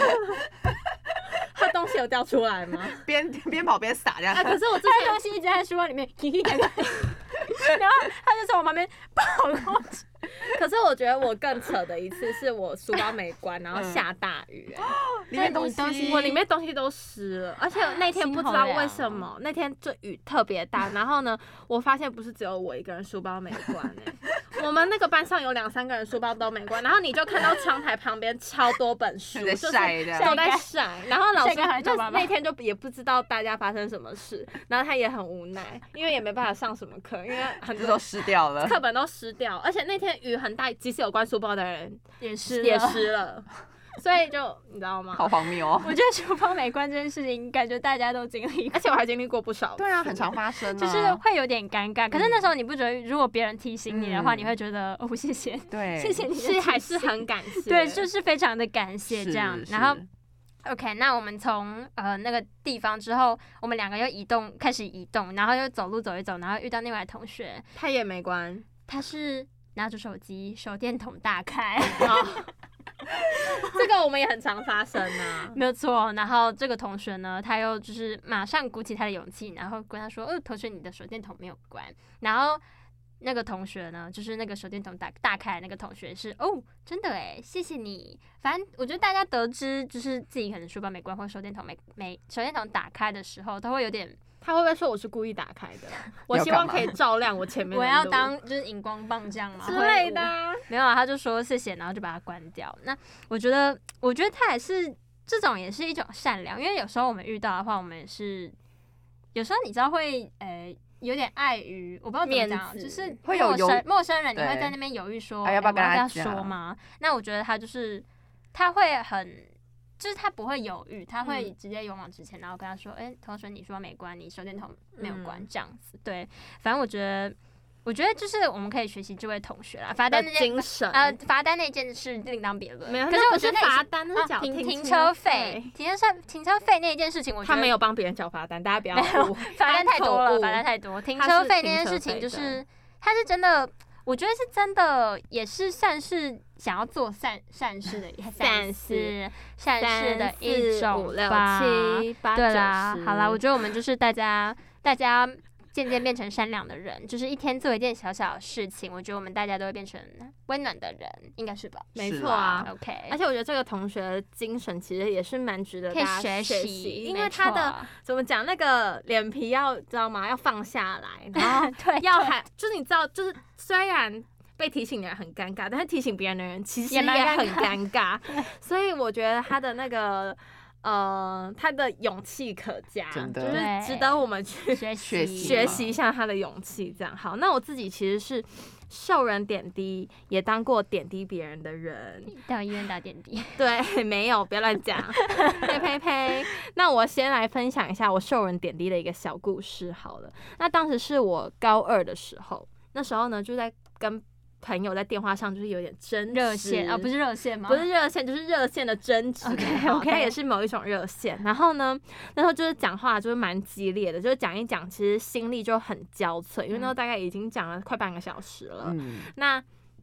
他东西有掉出来吗？ 边边跑边撒这样。 啊，可是我之前东西一直在书包里面，然后他就从我旁边跑过去。 可是我觉得我更扯的一次是我书包没关，然后下大雨、欸， 里面东西我里面东西都湿了，而且那天不知道为什么那天就雨特别大，然后呢，我发现不是只有我一个人书包没关、欸，我们那个班上有两三个人书包都没关，然后你就看到窗台旁边超多本书， 就是都在晒，然后老师就那天就也不知道大家发生什么事，然后他也很无奈，因为也没办法上什么课，因为很多都湿掉了， 课本都湿掉，而且那天雨很大，即使有关书包的人也湿也湿了，所以就你知道吗？ 好荒谬哦！ 我觉得书包没关这件事情，感觉大家都经历过， 而且我还经历过不少。 对啊，很常发生、啊， 就是会有点尴尬。可是那时候你不觉得，如果别人提醒你的话，嗯、你会觉得哦，谢谢， 对， 谢谢你， 是还是很感谢， 对，就是非常的感谢这样。然后 OK， 那我们从呃那个地方之后，我们两个又移动，开始移动，然后又走路走一走，然后遇到另外的同学， 他也没关， 他是拿着手机，手电筒大开。 这个我们也很常发生啊， 没有错。然后这个同学呢，他又就是马上鼓起他的勇气，然后跟他说：“哦，同学，你的手电筒没有关。”然后那个同学呢，就是那个手电筒打大开的那个同学是哦，真的哎，谢谢你。反正我觉得大家得知就是自己可能书包没关或手电筒没没手电筒打开的时候，都会有点。 他会不会说我是故意打开的？我希望可以照亮我前面的路。 我要当就是荧光棒这样吗？ 之类的、啊。 没有啊，他就说谢谢，然后就把它关掉。那我觉得，我觉得他也是这种，也是一种善良。因为有时候我们遇到的话，我们也是有时候你知道会呃有点碍于，我不知道怎么讲，就是会有陌生陌生人，你会在那边犹豫说， 哎、要不要跟他说吗？那我觉得他就是他会很。就是他不会犹豫，他会直接勇往直前，然后跟他说：“哎、欸，同学，你说没关，你手电筒没有关，这样子。”对，反正我觉得，我觉得就是我们可以学习这位同学啦。罚单那件精神， 呃，罚单那件事另当别论。 没有， 可是我觉得罚单是缴停停车费，停车停车费那一件事情，我觉得他没有帮别人缴罚单，大家不要误。 罚单太多了，罚单太多。停车费那件事情，就是他是真的。我觉得是真的，也是算是想要做善善事的善事善事的一种吧。对啦，好啦，我觉得我们就是大家大家渐渐变成善良的人，就是一天做一件小小的事情，我觉得我们大家都会变成温暖的人，应该是吧？ 没错啊 ，OK。 而且我觉得这个同学的精神其实也是蛮值得大家学习，因为他的怎么讲，那个脸皮要知道吗？要放下来，然后要还就是你知道，就是虽然被提醒的人很尴尬，但是提醒别人的人其实也很尴尬，所以我觉得他的那个。呃，他的勇气可嘉，就是值得我们去学习学习一下他的勇气。这样好，那我自己其实是受人点滴，也当过点滴别人的人。 到医院打点滴？ 对，没有，不要乱讲。呸呸呸！那我先来分享一下我受人点滴的一个小故事好了。那当时是我高二的时候，那时候呢就在跟朋友在电话上就是有点争执， 热线啊，不是热线吗？ 不是热线，就是热线的争执。 OK OK， 它也是某一种热线。然后呢，那时候就是讲话就是蛮激烈的，就是讲一讲，其实心力就很交瘁，因为那时候大概已经讲了快半个小时了。嗯、那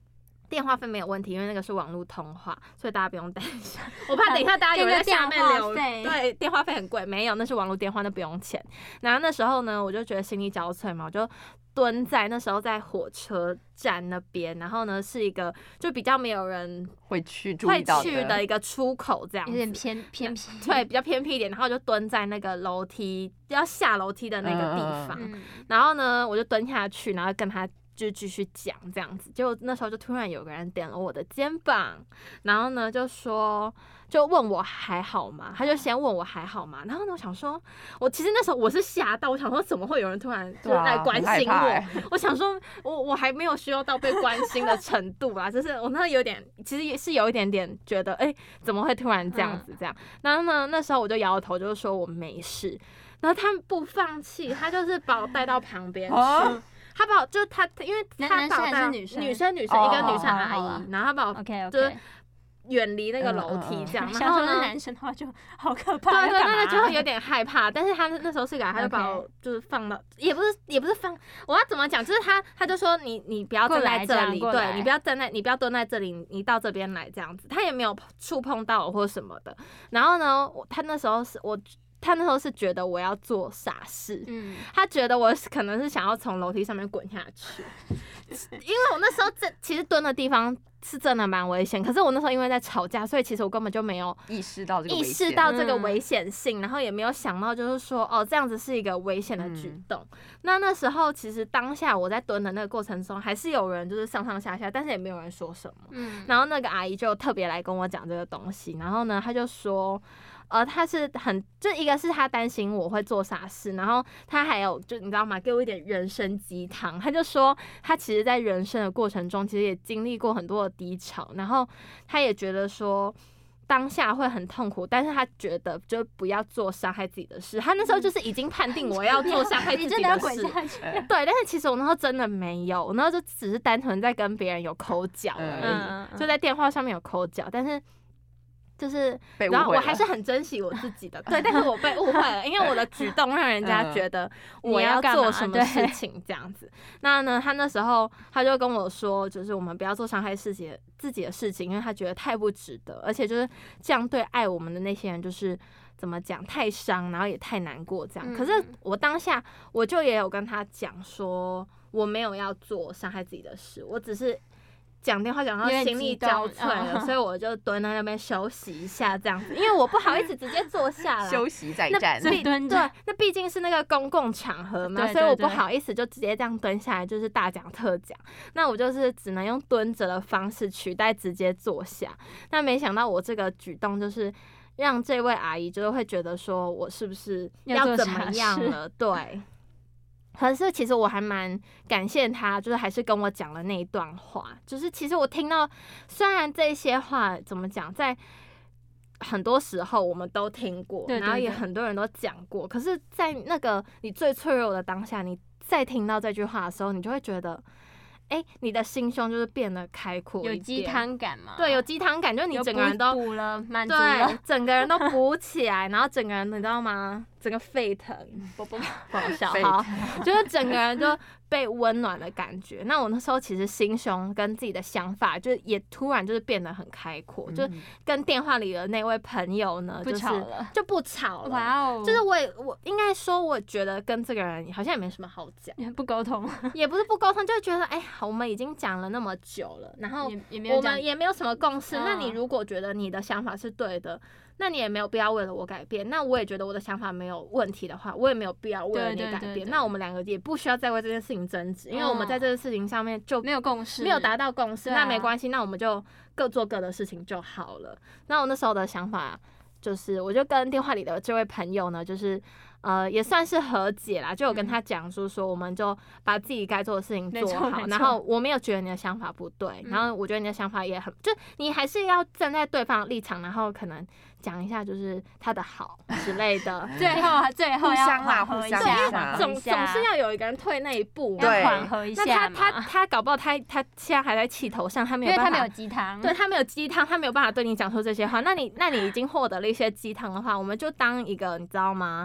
电话费没有问题，因为那个是网络通话，所以大家不用担心。我怕等一下大家有人在下面留，对，电话费很贵，没有，那是网络电话，那不用钱。然后那时候呢，我就觉得心力交瘁嘛，我就蹲在那时候在火车站那边，然后呢是一个就比较没有人会去注意到的会去的一个出口，这样子有点偏偏僻， 对，比较偏僻一点。然后就蹲在那个楼梯要下楼梯的那个地方， 嗯、 然后呢我就蹲下去，然后跟他就继续讲这样子，结果那时候就突然有个人点了我的肩膀，然后呢就说，就问我还好吗？他就先问我还好吗？然后呢，我想说，我其实那时候我是吓到，我想说怎么会有人突然就来关心我？啊欸、我想说我我还没有需要到被关心的程度啦，就是我那有点，其实也是有一点点觉得，哎、欸，怎么会突然这样子这样？然后呢，那时候我就摇头，就是说我没事。然后他不放弃，他就是把我带到旁边去。啊他把我就是他，因为他把我带女生女生女生一个女生阿姨，然后他把我就是远离那个楼梯这样。然后呢， 男生的话就好可怕， 对对，那就会有点害怕。但是他那时候是个，他就把我就是放到，也不是也不是放，我要怎么讲？就是他他就说你你不要站在这里，对你不要站在你不要蹲在这里，你到这边来这样子。他也没有触碰到我或什么的。然后呢，他那时候是我。他那时候是觉得我要做傻事，嗯，他觉得我可能是想要从楼梯上面滚下去，因为我那时候这其实蹲的地方是真的蛮危险，可是我那时候因为在吵架，所以其实我根本就没有意识到这个意识到这个危险性，嗯、然后也没有想到就是说哦这样子是一个危险的举动。嗯、那那时候其实当下我在蹲的那个过程中，还是有人就是上上下下，但是也没有人说什么。嗯，然后那个阿姨就特别来跟我讲这个东西，然后呢，她就说。呃，他是很，就一个是他担心我会做傻事，然后他还有就你知道吗？给我一点人生鸡汤，他就说他其实在人生的过程中，其实也经历过很多的低潮，然后他也觉得说当下会很痛苦，但是他觉得就不要做伤害自己的事。他那时候就是已经判定我要做伤害自己的事，对，但是其实我那时候真的没有，我那时候就只是单纯在跟别人有口角而已，嗯、就在电话上面有口角，但是。就是，然后我还是很珍惜我自己的，对，但是我被误会了，因为我的举动让人家觉得我要做什么事情这样子。那呢，他那时候他就跟我说，就是我们不要做伤害自己自己的事情，因为他觉得太不值得，而且就是这样对爱我们的那些人就是怎么讲太伤，然后也太难过这样。可是我当下我就也有跟他讲说，我没有要做伤害自己的事，我只是。讲电话讲到心力交瘁了，所以我就蹲在那边休息一下，这样子，因为我不好意思直接坐下来休息再战。 对，那毕竟是那个公共场合嘛，所以我不好意思就直接这样蹲下来，就是大讲特讲。那我就是只能用蹲着的方式取代直接坐下。那没想到我这个举动就是让这位阿姨就是会觉得说我是不是要怎么样了？对。可是其实我还蛮感谢他，就是还是跟我讲了那一段话。就是其实我听到，虽然这些话怎么讲，在很多时候我们都听过， 对对对， 然后也很多人都讲过。可是，在那个你最脆弱的当下，你再听到这句话的时候，你就会觉得。哎、欸，你的心胸就是变得开阔一点， 有鸡汤感吗？ 对，有鸡汤感，就是你整个人都补了，满足了， 对，整个人都补起来，然后整个人你知道吗？整个沸腾，不不不好笑，好，就是整个人就被温暖的感觉。那我那时候其实心胸跟自己的想法，就也突然就是变得很开阔，嗯、就跟电话里的那位朋友呢， 不吵了， 就是就不吵了。 哇哦！ 就是我也我应该说，我觉得跟这个人好像也没什么好讲， 不沟通， 也不是不沟通，就觉得哎。欸我们已经讲了那么久了，然后我们也没有什么共识。那你如果觉得你的想法是对的，那你也没有必要为了我改变。那我也觉得我的想法没有问题的话，我也没有必要为了你改变。 对对对对， 那我们两个也不需要再为这件事情争执，因为我们在这件事情上面就没有共识， 没有达到共识。 啊、 那没关系，那我们就各做各的事情就好了。那我那时候的想法就是，我就跟电话里的这位朋友呢，就是。呃，也算是和解啦，就有跟他讲说说，我们就把自己该做的事情做好，然后我没有觉得你的想法不对，然后我觉得你的想法也很，就你还是要站在对方的立场，然后可能讲一下就是他的好之类的， 最后最后要缓和一下， 总总是要有一个人退那一步， 要缓和一下。 那他他他搞不好他他现在还在气头上，他没有办法， 因为他没有鸡汤， 对他没有鸡汤，他没有办法对你讲出这些话。那你那你已经获得了一些鸡汤的话，我们就当一个你知道吗？好。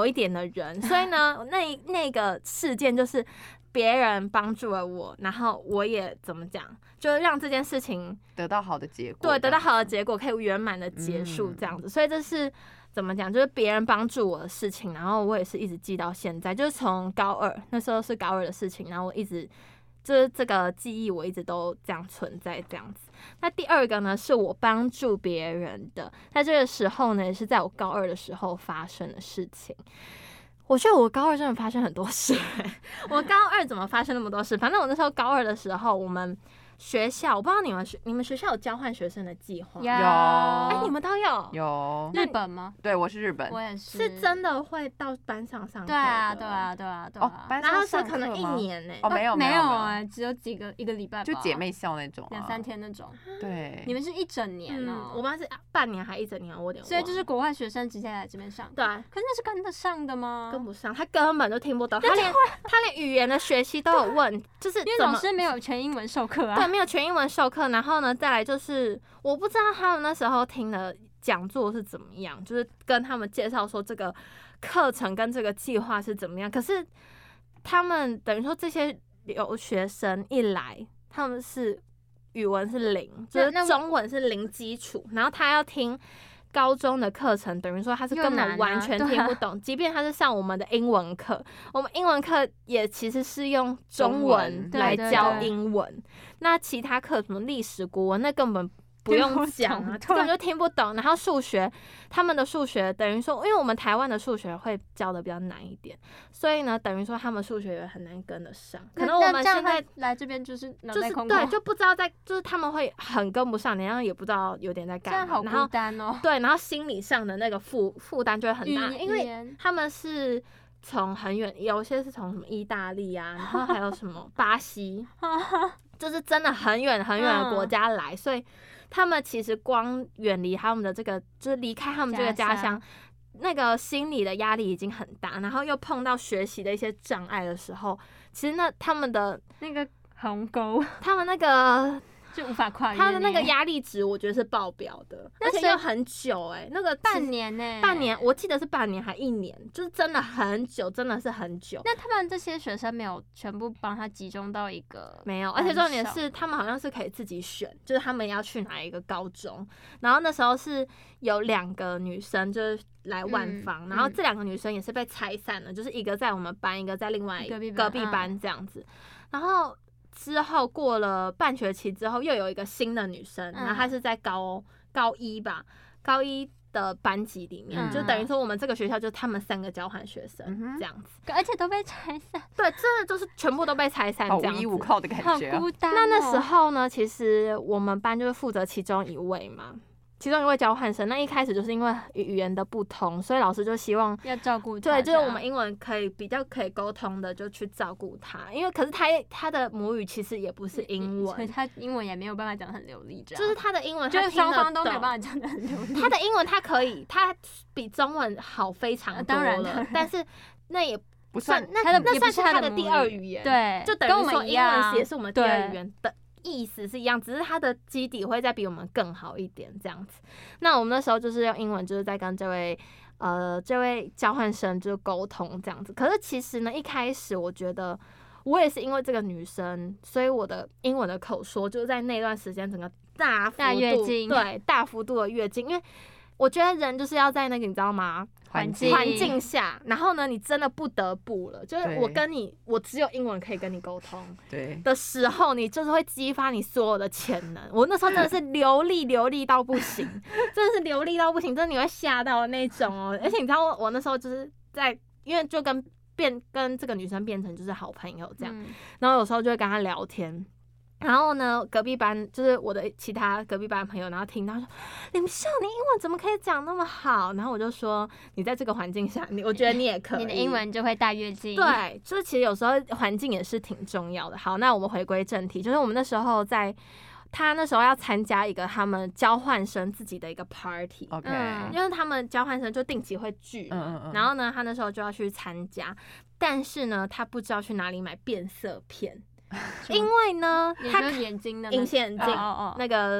有一点的人，所以呢，那那个事件就是别人帮助了我，然后我也怎么讲，就让这件事情得到好的结果， 对，得到好的结果，可以圆满的结束这样子，嗯、所以这是。怎么讲？就是别人帮助我的事情，然后我也是一直记到现在。就是从高二那时候是高二的事情，然后我一直就是这个记忆，我一直都这样存在这样子。那第二个呢，是我帮助别人的，在这个时候呢，也是在我高二的时候发生的事情。我觉得我高二真的发生很多事、欸，我高二怎么发生那么多事？反正我那时候高二的时候，我们。学校我不知道你们学你们学校有交换学生的计划有， 哎、欸，你们都有有日本吗？ 对，我是日本， 我也是， 是真的会到班上上课。 对啊，对啊，对啊，对啊。 哦，班上上课吗？ 然后是可能一年呢、欸。 哦，没有没有哎、 欸，只有几个一个礼拜吧， 就姐妹校那种、啊， 两三天那种。 对， 你们是一整年哦、喔嗯，我们是半年还一整年，我有点忘了。 所以就是国外学生直接来这边上。 对， 可是那是跟得上的吗？ 跟不上，他根本就听不懂，他连他连语言的学习都有问，就是因为老师没有全英文授课啊。 对，没有全英文授课。然后呢，再来就是我不知道他们那时候听的讲座是怎么样，就是跟他们介绍说这个课程跟这个计划是怎么样。可是他们等于说这些留学生一来，他们是语文是零，就是中文是零基础，然后他要听。高中的课程等于说他是根本完全听不懂，啊、即便他是上我们的英文课，我们英文课也其实是用中文来教英文。那其他课什么历史、国文，那根本不用讲啊，根本就听不懂。然后数学，他们的数学等于说，因为我们台湾的数学会教的比较难一点，所以呢，等于说他们数学也很难跟得上。可能我们现在来这边就是就是对，就不知道在，就是他们会很跟不上，然后也不知道有点在干嘛， 这样好孤单哦。 对，然后心理上的那个负负担就会很大，因为他们是从很远，有些是从什么意大利啊，然后还有什么巴西，就是真的很远很远的国家来，所以。他们其实光远离他们的这个，就是离开他们这个家乡，那个心理的压力已经很大，然后又碰到学习的一些障碍的时候，其实那他们的那个鸿沟， 他们那个就无法跨越， 他的那个压力值，我觉得是爆表的，而且又很久哎、欸，那个半年呢、欸， 半年，我记得是半年还一年，就是真的很久，真的是很久。 那他们这些学生没有全部帮他集中到一个没有，而且重点是他们好像是可以自己选，就是他们要去哪一个高中。然后那时候是有两个女生就是来万芳、嗯，然后这两个女生也是被拆散了，就是一个在我们班，一个在另外一个隔壁班这样子，嗯、然后。之后过了半学期之后，又有一个新的女生，然后她是在高高一吧，高一的班级里面，嗯、就等于说我们这个学校就他们三个交换学生、嗯、这样子， 而且都被拆散。 对，真的就是全部都被拆散，这样子， 好无依无靠的感觉、啊， 好孤单、哦。 那那时候呢，其实我们班就是负责其中一位嘛。其中一位交换生，那一开始就是因为语言的不同，所以老师就希望要照顾他。 对，就是我们英文可以比较可以沟通的，就去照顾他。因为可是他他的母语其实也不是英文， 所以他英文也没有办法讲得很流利，这样。 就是他的英文他就是双方都没有办法讲得很流利。 他的英文他可以，他比中文好非常多了， 当然但是那也不算， 那他的那算是他的第二语言， 对， 就等于说英文也是我们第二语言的。意思是一样，只是他的基底会再比我们更好一点，这样子。那我们那时候就是用英文，就是在跟这位呃这位交换生就是沟通这样子。可是其实呢，一开始我觉得我也是因为这个女生，所以我的英文的口说就是在那段时间整个大幅度大跃进， 对，大幅度的跃进，因为我觉得人就是要在那个你知道吗？ 环境环境下，然后呢，你真的不得不了，就是我跟你，我只有英文可以跟你沟通， 对的时候，你就是会激发你所有的潜能。我那时候真的是流利流利到不行，真的是流利到不行，真的你会吓到的那种哦。而且你知道我，我那时候就是在，因为就跟变跟这个女生变成就是好朋友这样，嗯、然后有时候就会跟她聊天。然后呢，隔壁班就是我的其他隔壁班的朋友，然后听到说：“林秀，你英文怎么可以讲那么好？”然后我就说：“你在这个环境下，你我觉得你也可以， 你的英文就会大跃进。” 对，就是其实有时候环境也是挺重要的。好，那我们回归正题，就是我们那时候在他那时候要参加一个他们交换生自己的一个 party，OK，、 嗯、 因为他们交换生就定期会聚嘛，嗯嗯嗯然后呢，他那时候就要去参加，但是呢，他不知道去哪里买变色片。因为呢，他眼睛的隐形眼镜，那个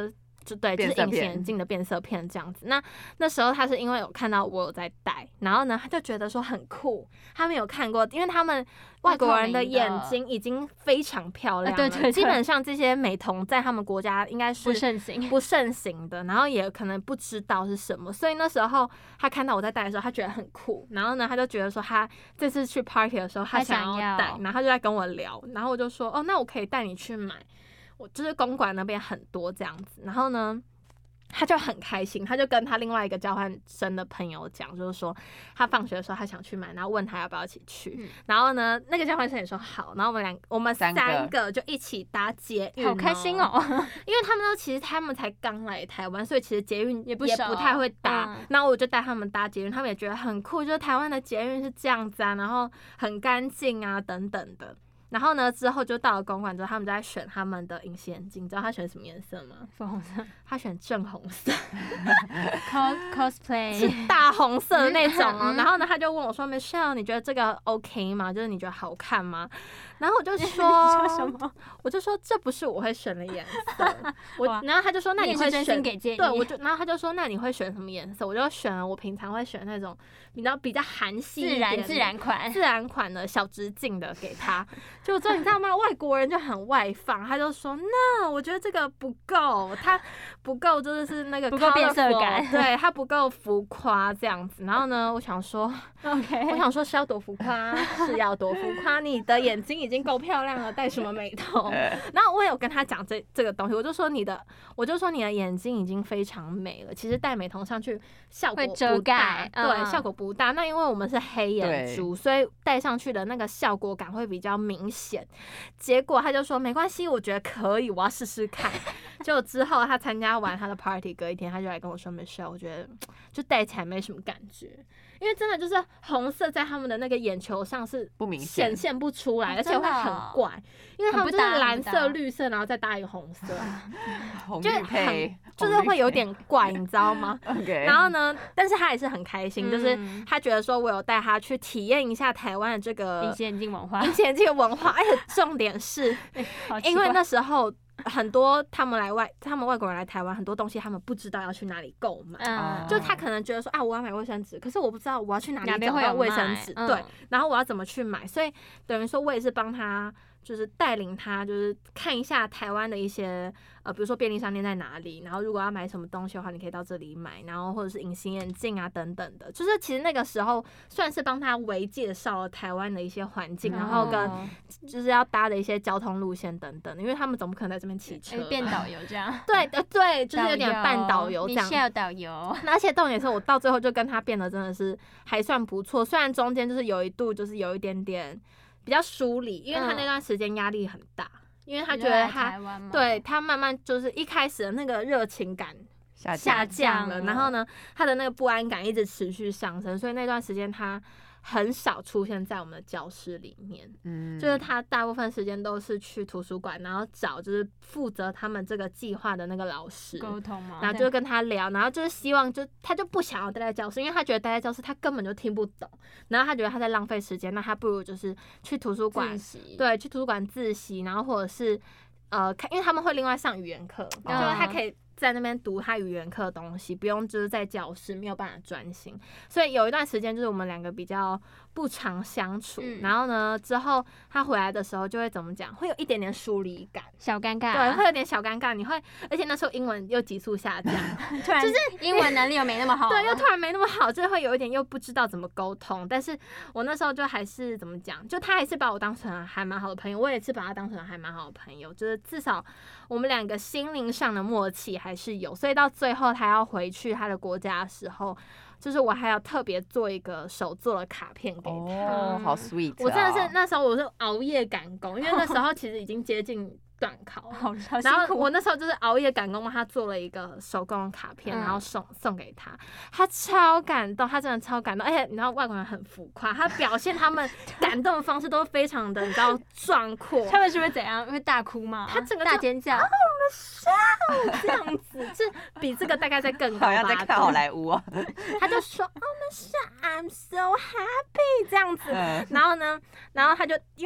就对，就是隐形眼镜的变色片这样子。那那时候他是因为有看到我有在戴，然后呢，他就觉得说很酷。他们有看过，因为他们外国人的眼睛已经非常漂亮了， 对对对， 基本上这些美瞳在他们国家应该是不盛行， 不盛行的，然后也可能不知道是什么。所以那时候他看到我在戴的时候，他觉得很酷。然后呢，他就觉得说他这次去 party 的时候，他想要戴，然后他就在跟我聊，然后我就说哦，那我可以带你去买。我就是公馆那边很多这样子，然后呢，他就很开心，他就跟他另外一个交换生的朋友讲，就是说他放学的时候他想去买，然后问他要不要一起去。嗯、然后呢，那个交换生也说好，然后我们两我们三个就一起搭捷运、喔， 好开心哦！ 因为他们都其实他们才刚来台湾，所以其实捷运也不也不太会搭。 嗯、 然后我就带他们搭捷运，他们也觉得很酷，就是台湾的捷运是这样子啊，然后很干净啊等等的。然后呢，之后就到了公馆之后，他们就在选他们的隐形眼镜。你知道他选什么颜色吗？ 粉红色。 他选正红色 ，cos cosplay 是大红色的那种哦。然后呢，他就问我说 ：“Michelle， 你觉得这个 OK 吗？就是你觉得好看吗？”然后我就说：“ 说什么？ 我就说这不是我会选的颜色。我然后他就说：“那你会选？” 给建议对，我就然后他就说：“那你会选什么颜色？”我就选了我平常会选那种比较比较韩系一点、 自然自然款、 自然款的小直径的给他。就这你知道吗？外国人就很外放，他就说：“那我觉得这个不够，他不够就是那个不够变色感， 对他不够浮夸这样子。”然后呢，我想说 ，OK， 我想说是要多浮夸，是要多浮夸。你的眼睛已经够漂亮了，戴什么美瞳？然后我也有跟他讲这这个东西，我就说你的，我就说你的眼睛已经非常美了，其实戴美瞳上去效果不大，对，嗯、效果不大。那因为我们是黑眼珠，所以戴上去的那个效果感会比较明显。结果他就说没关系，我觉得可以，我要试试看。结果之后他参加完他的 party， 隔一天他就来跟我说 Michelle， 我觉得就戴起来没什么感觉。因为真的就是红色在他们的那个眼球上是不明显， 显现不出来，而且会很怪，因为他们就是蓝色、绿色，然后再搭一个红色， 红绿配， 就是会有点怪，你知道吗？ okay. 然后呢，但是他也是很开心，就是他觉得说我有带他去体验一下台湾的这个隐形眼镜文化， 隐形眼镜的文化，而且重点是，因为那时候。很多他们来外，他们外国人来台湾，很多东西他们不知道要去哪里购买，嗯、就他可能觉得说啊，我要买卫生纸，可是我不知道我要去哪里找到卫生纸，嗯、对，然后我要怎么去买，所以等于说我也是帮他，就是带领他，就是看一下台湾的一些呃，比如说便利商店在哪里，然后如果要买什么东西的话，你可以到这里买，然后或者是隐形眼镜啊等等的，就是其实那个时候算是帮他微介绍了台湾的一些环境，嗯、然后跟就是要搭的一些交通路线等等，因为他们总不可能在这边骑车， 变导游这样， 对对对，就是有点半导游这样， 你是导游， 而且重点是我到最后就跟他变得真的是还算不错，虽然中间就是有一度就是有一点点比较疏离，因为他那段时间压力很大。嗯，因为他觉得他对他慢慢就是一开始的那个热情感下降了，然后呢，他的那个不安感一直持续上升，所以那段时间他很少出现在我们的教室里面，嗯，就是他大部分时间都是去图书馆，然后找就是负责他们这个计划的那个老师沟通嘛， 然后就跟他聊，然后就是希望就他就不想要待在教室，因为他觉得待在教室他根本就听不懂，然后他觉得他在浪费时间，那他不如就是去图书馆，对，去图书馆自习，然后或者是呃，因为他们会另外上语言课，就是他可以在那边读他语言课的东西，不用就是在教室没有办法专心，所以有一段时间就是我们两个比较不常相处，嗯、然后呢之后他回来的时候就会怎么讲，会有一点点疏离感， 小尴尬， 对，会有点小尴尬，你会，而且那时候英文又急速下降， 就是英文能力又没那么好， 对，又突然没那么好，就会有一点又不知道怎么沟通，但是我那时候就还是怎么讲，就他还是把我当成还蛮好的朋友，我也是把他当成还蛮好的朋友，就是至少我们两个心灵上的默契还是有，所以到最后他要回去他的国家的时候，就是我还要特别做一个手做的卡片给他， 哦，好 sweet，哦， 我真的是那时候我是熬夜赶工，因为那时候其实已经接近段考， 好辛苦。 然后我那时候就是熬夜赶工，帮他做了一个手工卡片，嗯、然后送送给他，他超感动，他真的超感动，而且你知道外国人很浮夸，他表现他们感动的方式都非常的你知道壮阔， 他们是会怎样？会大哭吗？ 他整个大尖叫， 哦，我们笑这样子，是比这个大概再更高， 好像在看好莱坞哦。 他就说，哦，我们笑 ，I'm so happy 这样子，嗯、然后呢，然后他就因为。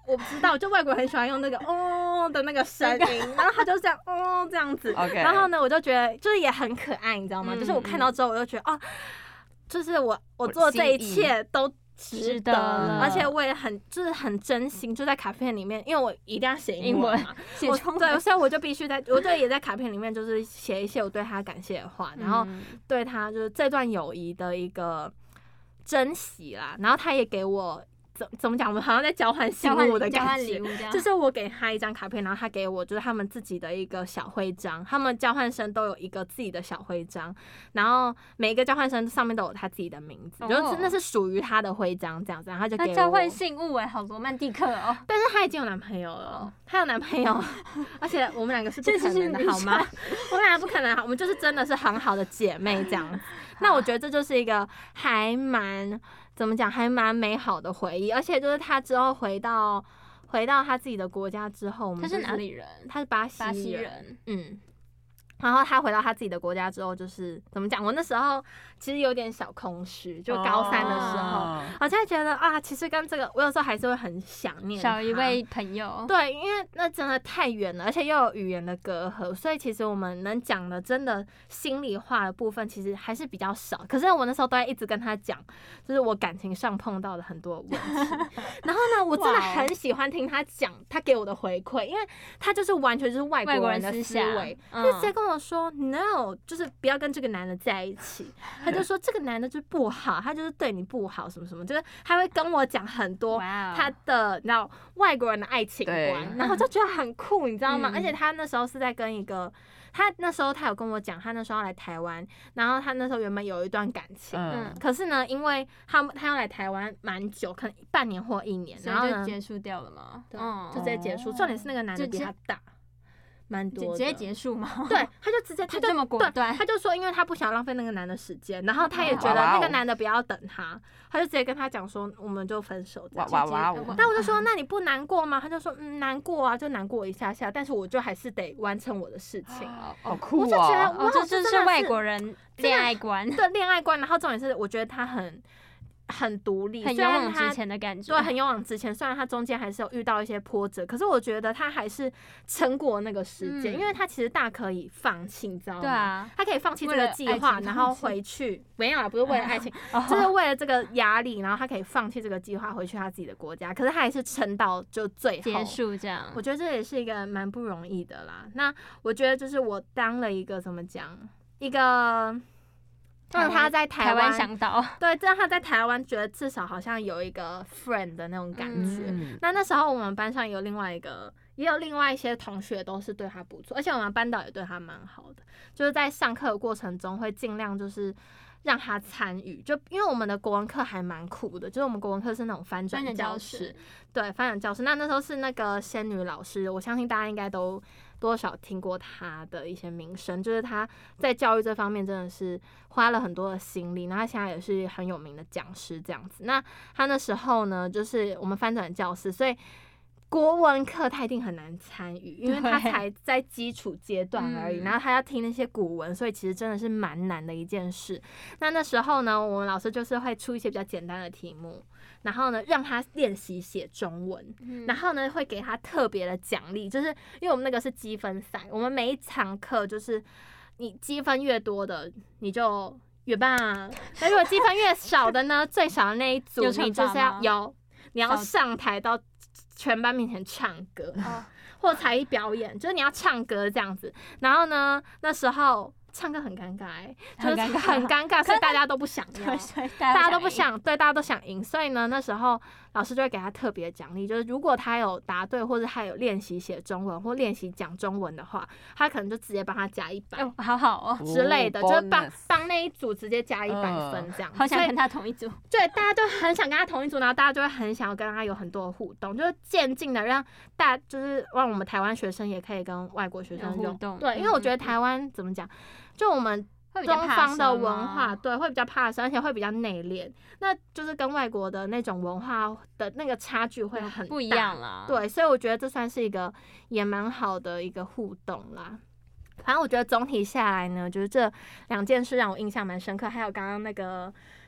我不知道，就外国人很喜欢用那个哦的那个声音，然后他就这样哦这样子， OK 然后呢，我就觉得就是也很可爱，你知道吗？ 嗯就是我看到之后，我就觉得哦，就是我我做这一切都值得了，而且我也很就是很真心，就在卡片里面，因为我一定要写英文嘛， 写中文， 对，所以我就必须在，我就也在卡片里面就是写一些我对他感谢的话，然后对他就是这段友谊的一个珍惜啦，然后他也给我。怎怎么讲？我们好像在交换信物的感觉，就是我给他一张卡片，然后他给我就是他们自己的一个小徽章，他们交换生都有一个自己的小徽章，然后每一个交换生上面都有他自己的名字，哦、就是那是属于他的徽章这样子，然后他就给我。 他交换信物哎，好罗曼蒂克哦！ 但是他已经有男朋友了，他有男朋友，而且我们两个是不可能的好吗？我们两个不可能好，我们就是真的是很好的姐妹这样子。那我觉得这就是一个还蛮。怎么讲，还蛮美好的回忆，而且就是他之后回到回到他自己的国家之后，我们、就是、 他是哪里人？ 他是巴西人， 巴西人， 嗯。然后他回到他自己的国家之后，就是怎么讲？我那时候其实有点小空虚，就高三的时候，哦、我就觉得啊，其实跟这个我有时候还是会很想念少一位朋友。 对，因为那真的太远了，而且又有语言的隔阂，所以其实我们能讲的真的心里话的部分，其实还是比较少。可是我那时候都在一直跟他讲，就是我感情上碰到的很多问题。然后呢，我真的很喜欢听他讲他给我的回馈，因为他就是完全就是外国人的思维，他就直接跟我。我说 no， 就是不要跟这个男的在一起。他就说这个男的就不好，他就是对你不好，什么什么，就是他会跟我讲很多他的，你知道外国人的爱情观，然后我就觉得很酷，你知道吗？嗯、而且他那时候是在跟一个，他那时候他有跟我讲，他那时候要来台湾，然后他那时候原本有一段感情，嗯，可是呢，因为他他要来台湾蛮久，可能半年或一年，然后就结束掉了吗？ 对，嗯、就直接结束。重点是那个男的比他大。蛮多的， 直接结束吗？ 对，他就直接，他就这么果断， 他就说，因为他不想浪费那个男的时间，然后他也觉得那个男的不要等他，他就直接跟他讲说，我们就分手。哇哇哇！但我就说，那你不难过吗？他就说，嗯，难过啊，就难过一下下，但是我就还是得完成我的事情。 好酷啊！ 我就觉得， 哦，这就是外国人恋爱观， 对恋爱观。然后重点是，我觉得他很。很独立， 很勇往直前的感觉。 对，很勇往直前。虽然他中间还是有遇到一些波折，可是我觉得他还是撑过那个时间，嗯、因为他其实大可以放弃，你知道吗？ 对啊， 他可以放弃这个计划，然后回去。没有啊，不是为了爱情，就是为了这个压力，然后他可以放弃这个计划，回去他自己的国家。可是他还是撑到就最后结束这样。 我觉得这也是一个蛮不容易的啦。那我觉得就是我当了一个怎么讲，一个。让他在台湾想到， 对，让他在台湾觉得至少好像有一个 friend 的那种感觉。嗯、那那时候我们班上有另外一个，也有另外一些同学都是对他不错，而且我们班导也对他蛮好的，就是在上课的过程中会尽量就是让他参与。就因为我们的国文课还蛮酷的，就是我们国文课是那种翻转教室，对，翻转教室。那那时候是那个仙女老师，我相信大家应该都。多少听过他的一些名声，就是他在教育这方面真的是花了很多的心力，然后他现在也是很有名的讲师这样子。那他那时候呢，就是我们翻转教室，所以国文课他一定很难参与，因为他才在基础阶段而已，然后他要听那些古文，所以其实真的是蛮难的一件事。那那时候呢，我们老师就是会出一些比较简单的题目。然后呢，让他练习写中文，嗯、然后呢，会给他特别的奖励，就是因为我们那个是积分赛，我们每一堂课就是你积分越多的，你就越棒。那如果积分越少的呢，最少的那一组你就是要有，你要上台到全班面前唱歌，哦、或才艺表演，就是你要唱歌这样子。然后呢，那时候。唱歌很尴尬、欸，就是很尴尬，所以大家都不想要，大家都不想，对，大家都想赢，所以呢，那时候老师就会给他特别奖励，就是如果他有答对，或者他有练习写中文或练习讲中文的话，他可能就直接帮他加一百、 哦，好好哦之类的，就是帮帮那一组直接加一百分这样、 呃。好想跟他同一组， 对，大家都很想跟他同一组，然后大家就会很想要跟他有很多的互动，就是渐进的让大，就是让我们台湾学生也可以跟外国学生互动， 对，因为我觉得台湾怎么讲？就我们东方的文化，对，会比较怕生，而且会比较内敛。那就是跟外国的那种文化的那个差距会很大， 不一样啦。 对，所以我觉得这算是一个也蛮好的一个互动啦。反正我觉得总体下来呢，就是这两件事让我印象蛮深刻，还有刚刚那个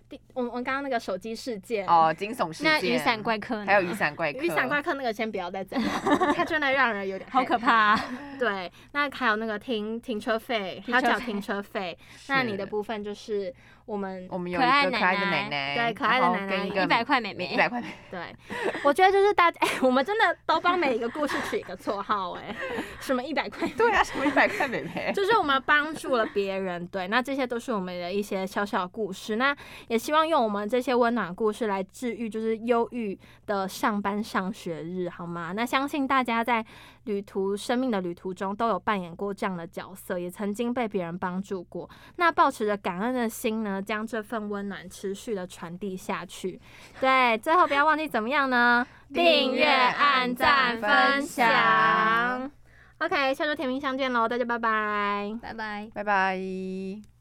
第我们刚刚那个手机事件哦，惊悚事件， 那雨伞怪客呢， 还有雨伞怪客， 雨伞怪客那个先不要再讲了，它真的让人有点好可怕、啊。 对，那还有那个停停车费，还要缴停车费。那你的部分就是我们我们有一个可爱的奶奶， 对，可爱的奶奶， 一百块妹妹， 一百块妹妹。 对，我觉得就是大家，哎、欸，我们真的都帮每一个故事取一个绰号，哎，什么一百块？ 对啊，什么一百块妹妹？ 就是我们帮助了别人，对，那这些都是我们的一些小小故事。那也希望用我们这些温暖故事来治愈，就是忧郁的上班上学日，好吗？那相信大家在旅途、生命的旅途中都有扮演过这样的角色，也曾经被别人帮助过。那抱持着感恩的心呢，将这份温暖持续的传递下去。对，最后不要忘记怎么样呢？订阅、按赞、分享。OK， 下周甜蜜相见喽，大家拜拜， 拜拜， 拜拜。